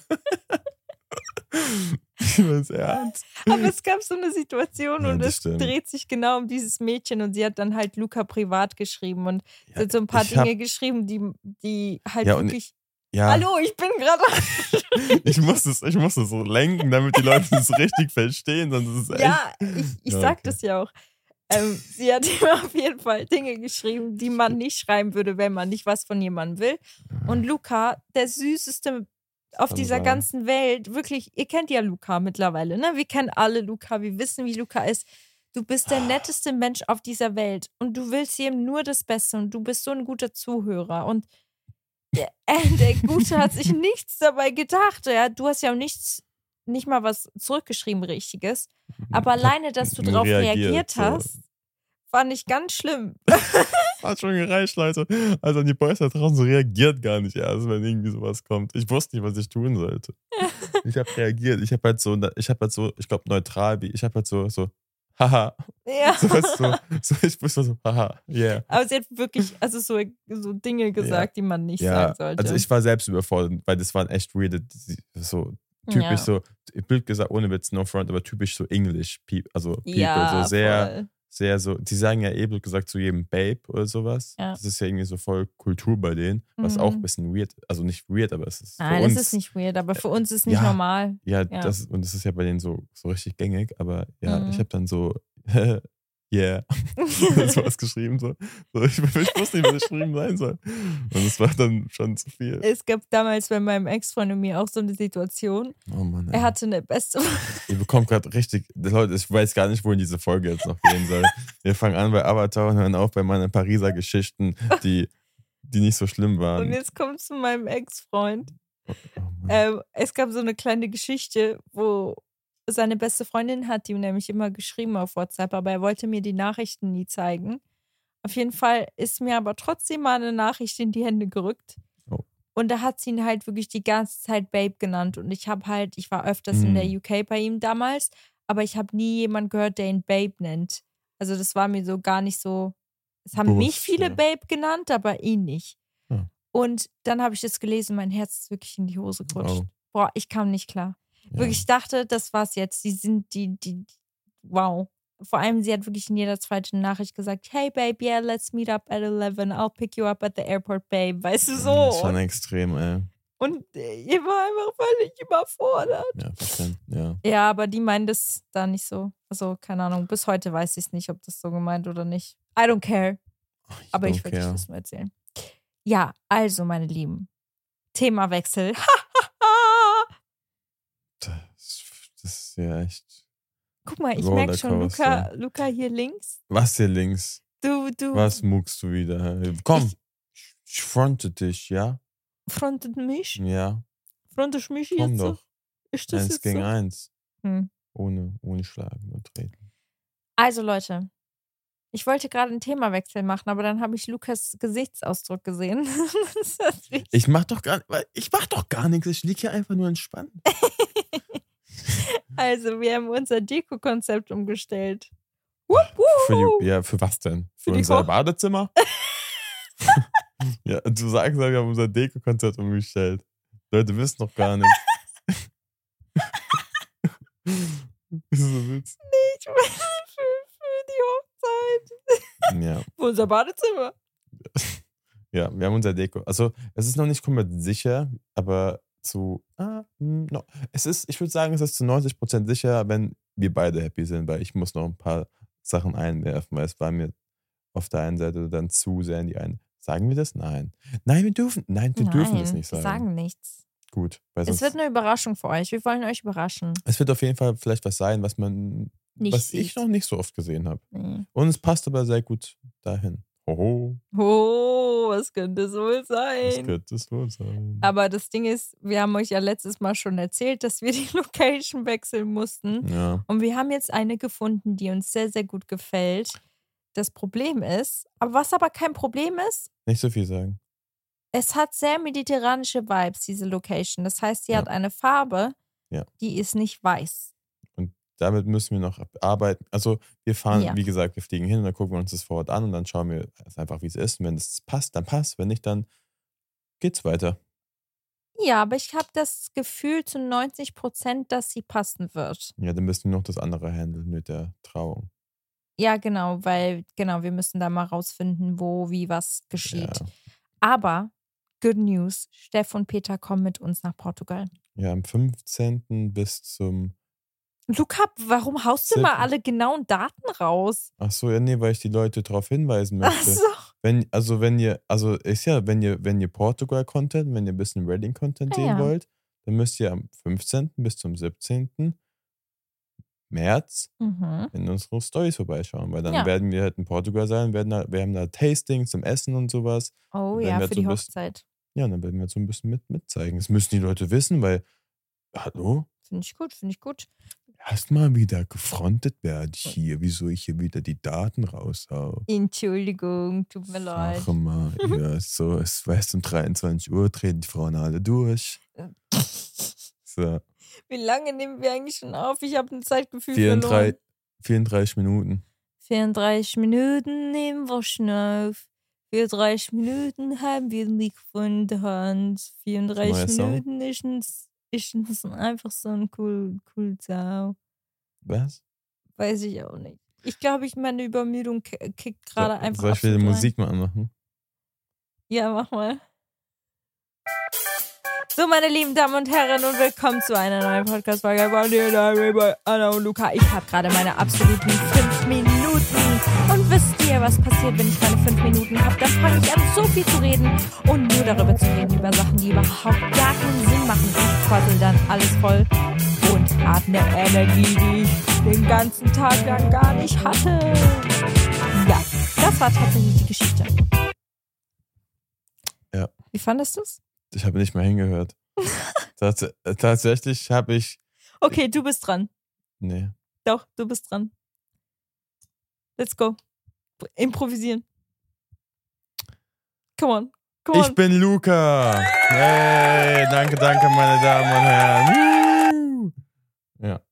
Ich mein's ernst. Aber es gab so eine Situation Ja, und das es stimmt. dreht sich genau um dieses Mädchen und sie hat dann halt Luca privat geschrieben und sie Ja, hat so ein paar ich Dinge hab- geschrieben, die, die halt Ja, und- wirklich. Ja, Hallo, ich bin gerade. ich muss es, ich muss es so lenken, damit die Leute es richtig verstehen, sonst ist es echt. Ja, ich, ich Ja, sag okay. das ja auch. Ähm, sie hat ihm auf jeden Fall Dinge geschrieben, die man nicht schreiben würde, wenn man nicht was von jemandem will. Und Luca, der süßeste auf Kann dieser sein. ganzen Welt, wirklich, ihr kennt ja Luca mittlerweile, ne? Wir kennen alle Luca, wir wissen, wie Luca ist. Du bist der netteste Mensch auf dieser Welt und du willst ihm nur das Beste und du bist so ein guter Zuhörer. Und der, äh, der Gute hat sich nichts dabei gedacht. Ja? Du hast ja auch nichts, nicht mal was zurückgeschrieben, Richtiges. Aber Ich hab alleine, dass du nur darauf reagiert, reagiert so. hast, fand ich ganz schlimm. Hat schon gereicht, Leute. Also an die Boys da draußen so reagiert gar nicht erst, wenn irgendwie sowas kommt. Ich wusste nicht, was ich tun sollte. Ich habe reagiert. Ich habe halt so, ich habe halt so, ich glaube neutral, wie ich habe halt so, so, haha. Ja. So, weißt du, so, so, ich wusste so, haha, yeah. Aber sie hat wirklich, also so, so Dinge gesagt, die man nicht Ja, sagen sollte. also ich war selbst überfordert, weil das waren echt weird, so typisch Ja. so, Bild gesagt, ohne Witz, no front, aber typisch so English, peop- also people, ja, so sehr, voll. sehr so, die sagen ja eh blöd gesagt zu jedem Babe oder sowas. Ja. Das ist ja irgendwie so voll Kultur bei denen, was Mhm. auch ein bisschen weird, also nicht weird, aber es ist Nein, für uns. das ist nicht weird, aber für uns ist nicht ja. normal. Ja, Ja. Das, und das ist ja bei denen so, so richtig gängig, aber ja, Mhm. ich habe dann so, yeah, das was geschrieben so. so ich, ich wusste nicht, was geschrieben sein soll. Und es war dann schon zu viel. Es gab damals bei meinem Ex-Freund und mir auch so eine Situation. Oh Mann, ey. Er hatte eine beste. Ihr bekommt gerade richtig, Leute, ich weiß gar nicht, wohin diese Folge jetzt noch gehen soll. Wir fangen an bei Avatar und hören auf bei meinen Pariser Geschichten, die, die nicht so schlimm waren. Und jetzt kommt zu meinem Ex-Freund. Oh Mann. Ähm, es gab so eine kleine Geschichte, wo seine beste Freundin hat ihm nämlich immer geschrieben auf WhatsApp, aber er wollte mir die Nachrichten nie zeigen. Auf jeden Fall ist mir aber trotzdem mal eine Nachricht in die Hände gerückt. Oh. Und da hat sie ihn halt wirklich die ganze Zeit Babe genannt. Und ich habe halt, ich war öfters in der Mm. U K bei ihm damals, aber ich habe nie jemanden gehört, der ihn Babe nennt. Also das war mir so gar nicht so, es haben mich Bewusst, viele ja. Babe genannt, aber ihn nicht. Ja. Und dann habe ich das gelesen, mein Herz ist wirklich in die Hose gerutscht. Oh. Boah, ich kam nicht klar. Ja. Wirklich, ich dachte, das war's jetzt. Die sind die, die, wow. Vor allem, sie hat wirklich in jeder zweiten Nachricht gesagt, hey babe, yeah, let's meet up at eleven. I'll pick you up at the airport, babe. Weißt du, so. Das ist schon Und, extrem, ey. und äh, ihr war einfach völlig überfordert. Ja, verstanden, ja. Ja, aber die meinen das da nicht so. Also, keine Ahnung, bis heute weiß ich nicht, ob das so gemeint oder nicht. I don't care. Ich Aber ich don't wollte euch care. das nur erzählen. Ja, also, meine Lieben. Themawechsel. Das, das ist ja echt. Guck mal, ich merke schon, Luca, Rollercoaster. Luca hier links. Was hier links? Du, du Was muckst du wieder? Komm, ich fronte dich, ja? frontet mich. Ja, Frontest mich komm jetzt so? doch. Ist das Eins jetzt gegen so? eins. Hm. Ohne, ohne Schlagen und Treten. Also, Leute. Ich wollte gerade einen Themawechsel machen, aber dann habe ich Lukas Gesichtsausdruck gesehen. Das hat mich- Ich mach doch gar, ich mach doch gar nichts. Ich lieg hier einfach nur entspannt. Also, wir haben unser Deko-Konzept umgestellt. Wupp, Für wupp. die, ja, für was denn? Für, Für die unser Koch- Badezimmer? Ja, du sagst, wir haben unser Deko-Konzept umgestellt. Leute wissen doch gar nichts. Ja. Für unser Badezimmer. Ja, wir haben unser Deko. Also, es ist noch nicht komplett sicher, aber zu. Ah, mm, no. Es ist, ich würde sagen, es ist zu neunzig Prozent sicher, wenn wir beide happy sind, weil ich muss noch ein paar Sachen einwerfen, weil es war mir auf der einen Seite dann zu sehr in die eine. Sagen wir das? Nein. Nein, wir dürfen. Nein, wir dürfen das Nein, nicht wir sagen. sagen nichts. Gut. Weil Es sonst, wird eine Überraschung für euch. Wir wollen euch überraschen. es wird auf jeden Fall vielleicht was sein, was man, Nicht was sieht. ich noch nicht so oft gesehen habe. Nee. Und es passt aber sehr gut dahin. Hoho, Oh, was könnte es wohl das sein? könnte es wohl sein. Aber das Ding ist, wir haben euch ja letztes Mal schon erzählt, dass wir die Location wechseln mussten. Ja. Und wir haben jetzt eine gefunden, die uns sehr, sehr gut gefällt. Das Problem ist, aber was aber kein Problem ist, Nicht so viel sagen. es hat sehr mediterranische Vibes, diese Location. Das heißt, sie Ja. hat eine Farbe, Ja. die ist nicht weiß. Damit müssen wir noch arbeiten. Also wir fahren, Ja. wie gesagt, wir fliegen hin und dann gucken wir uns das vor Ort an und dann schauen wir es einfach, wie es ist. Und wenn es passt, dann passt. Wenn nicht, dann geht's weiter. Ja, aber ich habe das Gefühl zu neunzig Prozent, dass sie passen wird. Ja, dann müssen wir noch das andere handeln mit der Trauung. Ja, genau, weil, genau, wir müssen da mal rausfinden, wo, wie, was geschieht. Ja. Aber, good news, Steff und Peter kommen mit uns nach Portugal. Ja, am fünfzehnten bis zum. Luca, warum haust du Siebten. mal alle genauen Daten raus? Ach so, ja, nee, weil ich die Leute darauf hinweisen Ach möchte. so. Wenn, also wenn ihr, also ist ja, wenn ihr, wenn ihr Portugal-Content, wenn ihr ein bisschen Wedding-Content Ah, sehen ja. wollt, dann müsst ihr am fünfzehnten bis zum siebzehnten März Mhm. in unsere Storys vorbeischauen, weil dann Ja. werden wir halt in Portugal sein, werden da, wir haben da Tasting zum Essen und sowas. Oh Wenn ja, wir für so die ein bisschen- Hochzeit. Ja, dann werden wir so ein bisschen mit, mitzeigen. Das müssen die Leute wissen, weil, hallo, Finde ich gut, finde ich gut. erstmal wieder gefrontet werde ich hier, wieso ich hier wieder die Daten raushau. Entschuldigung, tut mir leid. Ach mal, ja, so, es weißt um dreiundzwanzig Uhr treten die Frauen alle durch. So, Wie lange nehmen wir eigentlich schon auf? Ich habe ein Zeitgefühl vierunddreißig, verloren. vierunddreißig Minuten. vierunddreißig Minuten nehmen wir schon auf. vierunddreißig Minuten haben wir ein Mikrofon in der Hand. vierunddreißig Neuer Song? Minuten ist ein, ist ein, einfach so ein cool, cool Sau. Was? Weiß ich auch nicht. Ich glaube, ich meine Übermüdung ki- kickt gerade So, einfach soll ich wieder absolut rein. Musik mal anmachen? Ja, mach mal. So, meine lieben Damen und Herren, und willkommen zu einer neuen Podcast-Folge von dir, bei Anna und Luca. Ich habe gerade meine absoluten fünf Minuten. Und wisst ihr, was passiert, wenn ich meine fünf Minuten habe? Dann fange ich an, so viel zu reden und nur darüber zu reden, über Sachen, die überhaupt gar keinen Sinn machen. Ich quassel dann alles voll und habe eine Energie, die ich den ganzen Tag lang gar nicht hatte. Ja, das war tatsächlich die Geschichte. Ja. Wie fandest du's? Ich habe nicht mehr hingehört. Tats äh, tatsächlich habe ich. Okay, du bist dran. Nee. Doch, du bist dran. Let's go. Improvisieren. Come on. Come on. Ich bin Luca. Hey, danke, danke, meine Damen und Herren. Woo. Ja.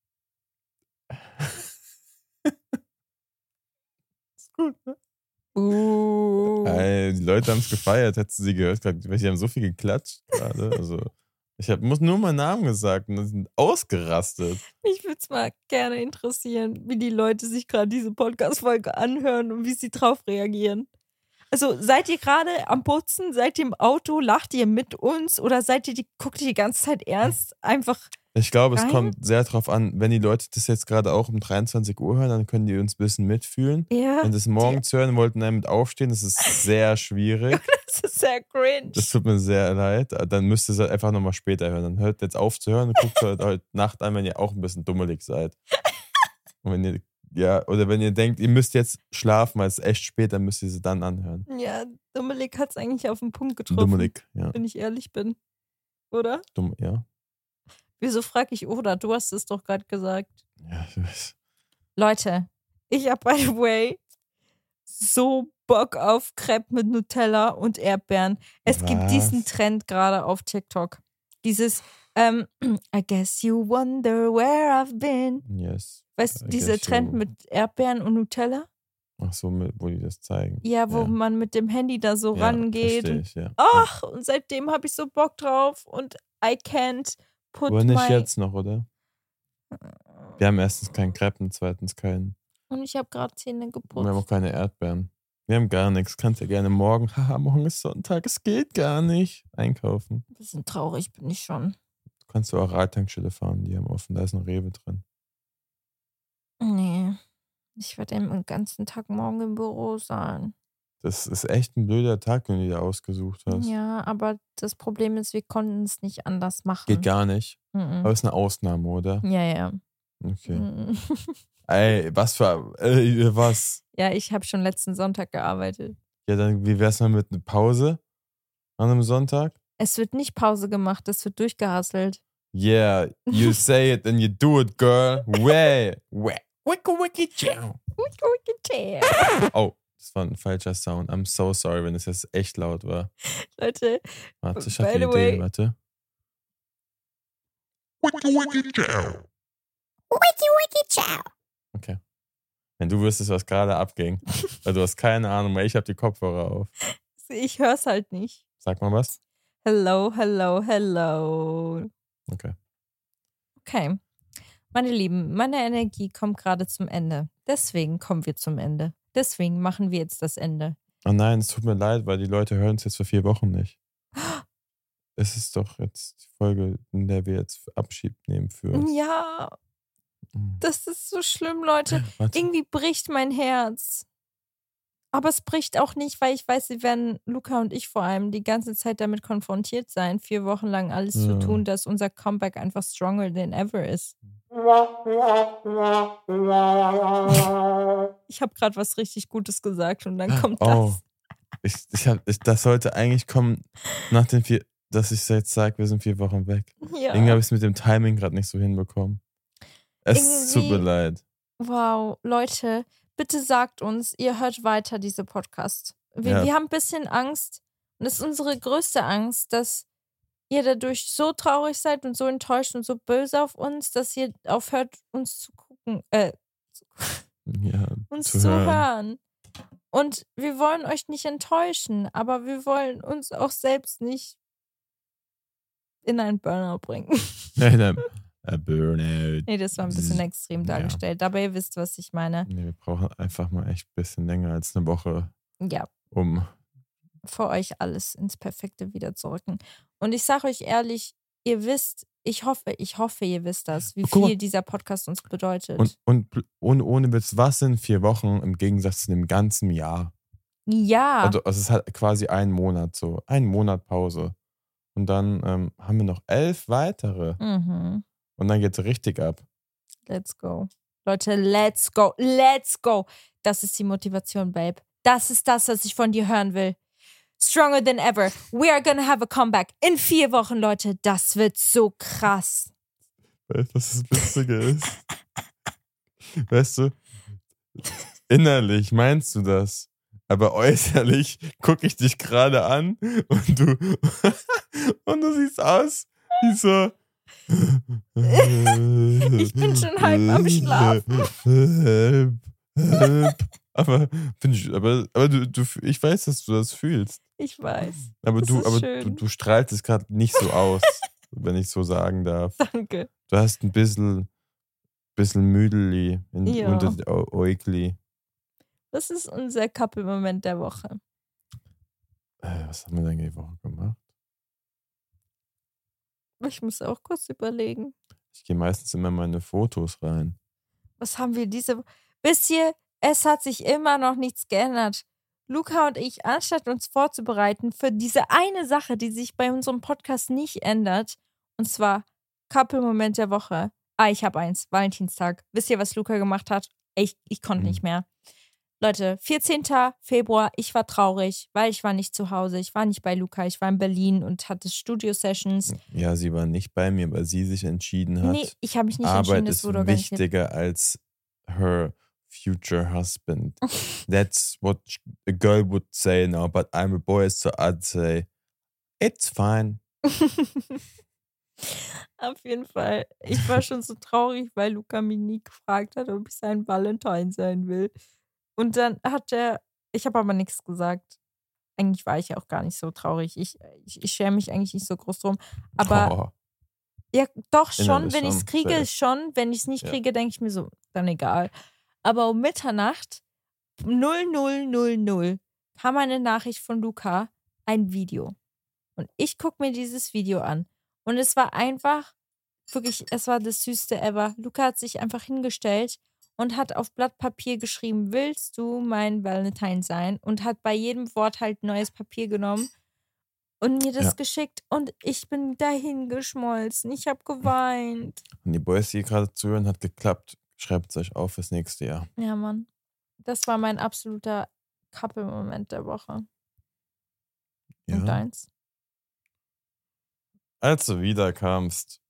Ist gut, ne? Uh. Ey, die Leute haben es gefeiert, hättest du sie gehört. Die haben so viel geklatscht gerade. Also, ich hab, muss nur meinen Namen gesagt und sind ausgerastet. Mich würde es mal gerne interessieren, wie die Leute sich gerade diese Podcast-Folge anhören und wie sie drauf reagieren. Also, seid ihr gerade am Putzen? Seid ihr im Auto? Lacht ihr mit uns? Oder seid ihr die, guckt ihr die ganze Zeit ernst? Einfach. Ich glaube, es Geil. kommt sehr drauf an, wenn die Leute das jetzt gerade auch um dreiundzwanzig Uhr hören, dann können die uns ein bisschen mitfühlen. Ja. Wenn sie es morgens hören wollten, damit aufstehen, das ist sehr schwierig. Das ist sehr cringe. Das tut mir sehr leid. Dann müsst ihr es halt einfach nochmal später hören. Dann hört jetzt auf zu hören und guckt halt heute Nacht an, wenn ihr auch ein bisschen dummelig seid. Und wenn ihr, ja, oder wenn ihr denkt, ihr müsst jetzt schlafen, weil es ist echt spät, dann müsst ihr sie dann anhören. Ja, Dummelik hat es eigentlich auf den Punkt getroffen. Dummelig, ja. Wenn ich ehrlich bin. Oder? Dumm, ja. Wieso frage ich oder? Du hast es doch gerade gesagt. Ja, ich weiß. Leute, ich habe, by the way, so Bock auf Crepe mit Nutella und Erdbeeren. Es Was? gibt diesen Trend gerade auf TikTok. Dieses, ähm, I guess you wonder where I've been. Yes. Weißt du, I dieser guess Trend so. mit Erdbeeren und Nutella? Ach so, mit- wo die das zeigen. Ja, wo Ja. man mit dem Handy da so Ja, rangeht. versteh Und, ich, ja. ach, und seitdem habe ich so Bock drauf und I can't put Aber nicht my... jetzt noch, oder? Wir haben erstens keinen Crepe und zweitens keinen Und ich habe gerade Zähne Wir geputzt. haben auch keine Erdbeeren. Wir haben gar nichts. Kannst ja gerne morgen, haha, morgen ist Sonntag, es geht gar nicht, einkaufen. Ein bisschen traurig bin ich schon. Du kannst zur Oraltankstelle fahren, die haben offen, da ist ein Rewe drin. Nee, ich werde den ganzen Tag morgen im Büro sein. Das ist echt ein blöder Tag, den du dir ausgesucht hast. Ja, aber das Problem ist, wir konnten es nicht anders machen. Geht gar nicht. Mhm. Aber ist eine Ausnahme, oder? Ja, ja. Okay. Mhm. Ey, was für, ey, was? Ja, ich habe schon letzten Sonntag gearbeitet. Ja, dann, wie wär's mal mit einer Pause an einem Sonntag? Es wird nicht Pause gemacht, es wird durchgehasselt. Yeah, you say it and you do it, girl. Way, way. Wicka, wicka, ciao. Oh, das war ein falscher Sound. I'm so sorry, wenn es jetzt echt laut war. Leute, Warte, ich by habe the eine way- Idee, warte. Okay. Wenn du wüsstest, was gerade abging, weil du hast keine Ahnung mehr, ich habe die Kopfhörer auf. ich höre es halt nicht. Sag mal was. Hello, hello, hello. Okay. Okay. Meine Lieben, meine Energie kommt gerade zum Ende. Deswegen kommen wir zum Ende. Deswegen machen wir jetzt das Ende. Oh nein, es tut mir leid, weil die Leute hören es jetzt für vier Wochen nicht. Es ist doch jetzt die Folge, in der wir jetzt Abschied nehmen für. Ja, das ist so schlimm, Leute. Warte. Irgendwie bricht mein Herz. Aber es bricht auch nicht, weil ich weiß, sie werden, Luca und ich vor allem, die ganze Zeit damit konfrontiert sein, vier Wochen lang alles Ja. zu tun, dass unser Comeback einfach stronger than ever ist. Ich habe gerade was richtig Gutes gesagt und dann kommt Oh. das. Ich, ich hab, ich, das sollte eigentlich kommen, nach den vier, dass ich jetzt sage, wir sind vier Wochen weg. Ja. Irgendwie habe ich es mit dem Timing gerade nicht so hinbekommen. Es tut mir Irgendwie- leid. Wow, Leute, bitte sagt uns, ihr hört weiter diese Podcast. Wir, Ja. wir haben ein bisschen Angst und es ist unsere größte Angst, dass ihr dadurch so traurig seid und so enttäuscht und so böse auf uns, dass ihr aufhört, uns zu gucken, äh, Ja, uns zu zu hören. hören. Und wir wollen euch nicht enttäuschen, aber wir wollen uns auch selbst nicht in einen Burnout bringen. Nein, nein. A Burnout. Nee, das war ein bisschen extrem Ja. dargestellt. Aber ihr wisst, was ich meine. Nee, wir brauchen einfach mal echt ein bisschen länger als eine Woche, Ja, um. für euch alles ins Perfekte wieder zu rücken. Und ich sage euch ehrlich, ihr wisst, ich hoffe, ich hoffe, ihr wisst das, wie Oh, guck mal. viel dieser Podcast uns bedeutet. Und, und, und ohne Witz, was sind vier Wochen im Gegensatz zu dem ganzen Jahr? ja, Also, also es ist halt quasi ein Monat so. Ein Monat Pause. Und dann ähm, haben wir noch elf weitere. mhm. Und dann geht's richtig ab. Let's go. Leute, let's go. Let's go. Das ist die Motivation, Babe. Das ist das, was ich von dir hören will. Stronger than ever. We are gonna have a comeback. In vier Wochen, Leute. Das wird so krass. Weißt du, was das Witzige ist? Weißt du, innerlich meinst du das, aber äußerlich gucke ich dich gerade an und du und du siehst aus wie so. Ich bin schon halb am Schlafen. Aber, bin ich, aber, aber du, du, ich weiß, dass du das fühlst. Ich weiß. Aber Das du, ist aber schön. du, du strahlst es gerade nicht so aus, wenn ich so sagen darf. Danke. Du hast ein bisschen, bisschen Müdeli in, Ja. unter den Au- Äugli. Das ist unser Couple-Moment der Woche. Äh, was haben wir denn die Woche gemacht? Ich muss auch kurz überlegen. Ich gehe meistens immer in meine Fotos rein. Was haben wir diese Woche? Wisst ihr, es hat sich immer noch nichts geändert. Luca und ich, anstatt uns vorzubereiten für diese eine Sache, die sich bei unserem Podcast nicht ändert, und zwar Couple-Moment der Woche. Ah, ich habe eins, Valentinstag. Wisst ihr, was Luca gemacht hat? Ich, ich konnte Hm. nicht mehr. Leute, vierzehnten Februar, ich war traurig, weil ich war nicht zu Hause. Ich war nicht bei Luca, ich war in Berlin und hatte Studio-Sessions. Ja, sie war nicht bei mir, weil sie sich entschieden hat. Nee, ich habe mich nicht Arbeit entschieden, das ist wurde organisiert. wichtiger als her future husband. That's what a girl would say now, but I'm a boy, so I'd say, it's fine. Auf jeden Fall. Ich war schon so traurig, weil Luca mich nie gefragt hat, ob ich sein Valentine sein will. Und dann hat er, ich habe aber nichts gesagt. Eigentlich war ich ja auch gar nicht so traurig. Ich, ich, ich schäme mich eigentlich nicht so groß drum. Aber Oh, ja, doch schon, Innerlich wenn ich es schon, kriege, safe. schon. Wenn ich es nicht Ja. kriege, denke ich mir so, dann egal. Aber um Mitternacht, null null null null, kam eine Nachricht von Luca, ein Video. Und ich gucke mir dieses Video an. Und es war einfach, wirklich, es war das Süßeste ever. Luca hat sich einfach hingestellt und hat auf Blatt Papier geschrieben, willst du mein Valentine sein? Und hat bei jedem Wort halt neues Papier genommen und mir das Ja. geschickt. Und ich bin dahin geschmolzen. Ich habe geweint. Und die Boys, die gerade zuhören, hat geklappt. Schreibt es euch auf fürs nächste Jahr. Ja, Mann. Das war mein absoluter Couple-Moment der Woche. Ja. Und deins? Als du wiederkamst.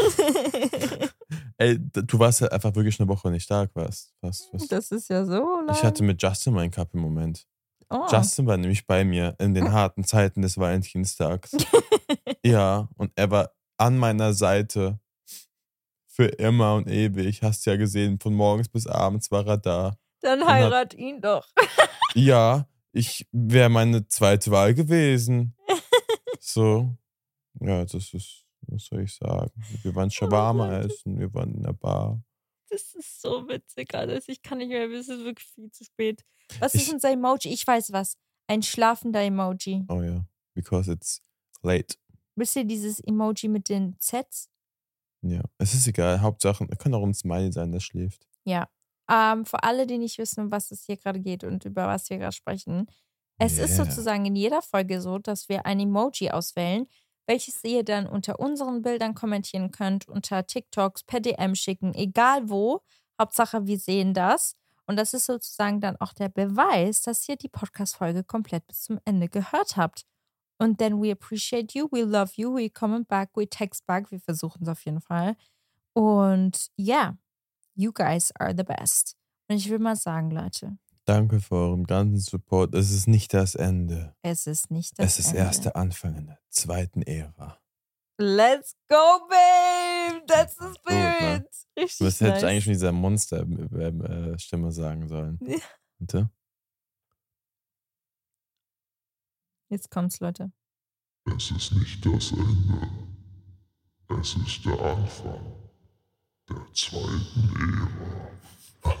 Ey, d- du warst ja einfach wirklich eine Woche nicht da, was? was, was? Das ist ja so lang. Ich hatte mit Justin meinen Couple-Moment. oh. Justin war nämlich bei mir in den harten Zeiten des Valentinstags. Ja, und er war an meiner Seite für immer und ewig. Hast ja gesehen, von morgens bis abends war er da. Dann heirat ihn doch. Ja, ich wäre meine zweite Wahl gewesen. So, ja, das ist, was soll ich sagen? Wir waren Shawarma Mann. essen, wir waren in der Bar. Das ist so witzig alles. Ich kann nicht mehr, es ist wirklich viel zu spät. Was Ich- ist unser Emoji? Ich weiß was. Ein schlafender Emoji. Oh ja, because it's late. Wisst ihr dieses Emoji mit den Zs? Ja, es ist egal. Hauptsache, es kann auch ein Smiley sein, der schläft. Ja. Ähm, für alle, die nicht wissen, um was es hier gerade geht und über was wir gerade sprechen. Es ist Yeah. sozusagen in jeder Folge so, dass wir ein Emoji auswählen, welches ihr dann unter unseren Bildern kommentieren könnt, unter TikToks, per D M schicken, egal wo. Hauptsache, wir sehen das. Und das ist sozusagen dann auch der Beweis, dass ihr die Podcast-Folge komplett bis zum Ende gehört habt. Und then we appreciate you, we love you, we comment back, we text back. Wir versuchen es auf jeden Fall. Und ja, you guys are the best. Und ich will mal sagen, Leute, Danke für euren ganzen Support. Es ist nicht das Ende. es ist nicht das Es ist Ende. erst der Anfang in der zweiten Ära. Let's go, babe! That's the Gut, spirit! ne? Richtig Das hätte nice. ich eigentlich schon dieser Monster-Stimme sagen sollen. Ja. Warte. Jetzt kommt's, Leute. Es ist nicht das Ende. Es ist der Anfang der zweiten Ära.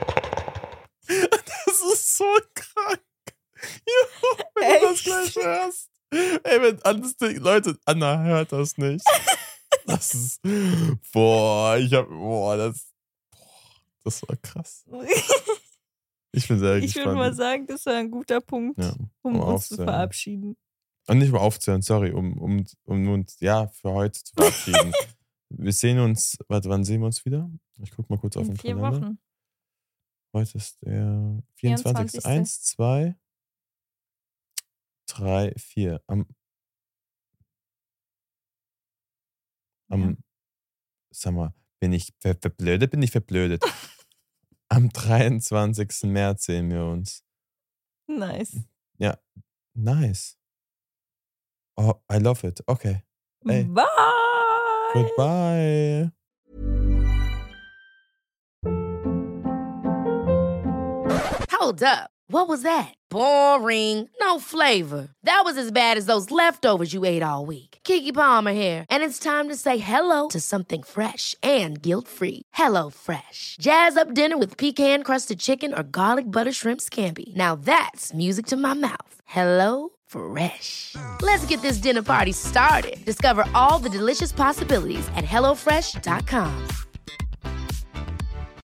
Das ist so krank. Ja, wenn du das Echt? gleich hörst. Ey, wenn alles die Leute, Anna hört das nicht. Das ist, boah, ich hab, boah, das, boah, das war krass. Ich bin sehr Ich würde gespannt. mal sagen, das war ein guter Punkt, Ja, um um uns zu aufzuhören. verabschieden. Und nicht mal aufzuhören, sorry, um, um, um uns, ja, für heute zu verabschieden. Wir sehen uns, warte, wann sehen wir uns wieder? Ich guck mal kurz auf In den vier Kalender. Wochen. Heute ist der vierundzwanzigste. vierundzwanzigste. Eins, zwei, drei, vier. Am, am Ja. sag mal, bin ich ver verblödet? Bin ich verblödet? Am dreiundzwanzigsten März sehen wir uns. Nice. Nice. Oh, I love it. Okay. Ey. Bye! Goodbye. Hold up. What was that? Boring. No flavor. That was as bad as those leftovers you ate all week. Keke Palmer here, and it's time to say hello to something fresh and guilt-free. Hello Fresh. Jazz up dinner with pecan-crusted chicken or garlic butter shrimp scampi. Now that's music to my mouth. Hello Fresh. Let's get this dinner party started. Discover all the delicious possibilities at hello fresh dot com.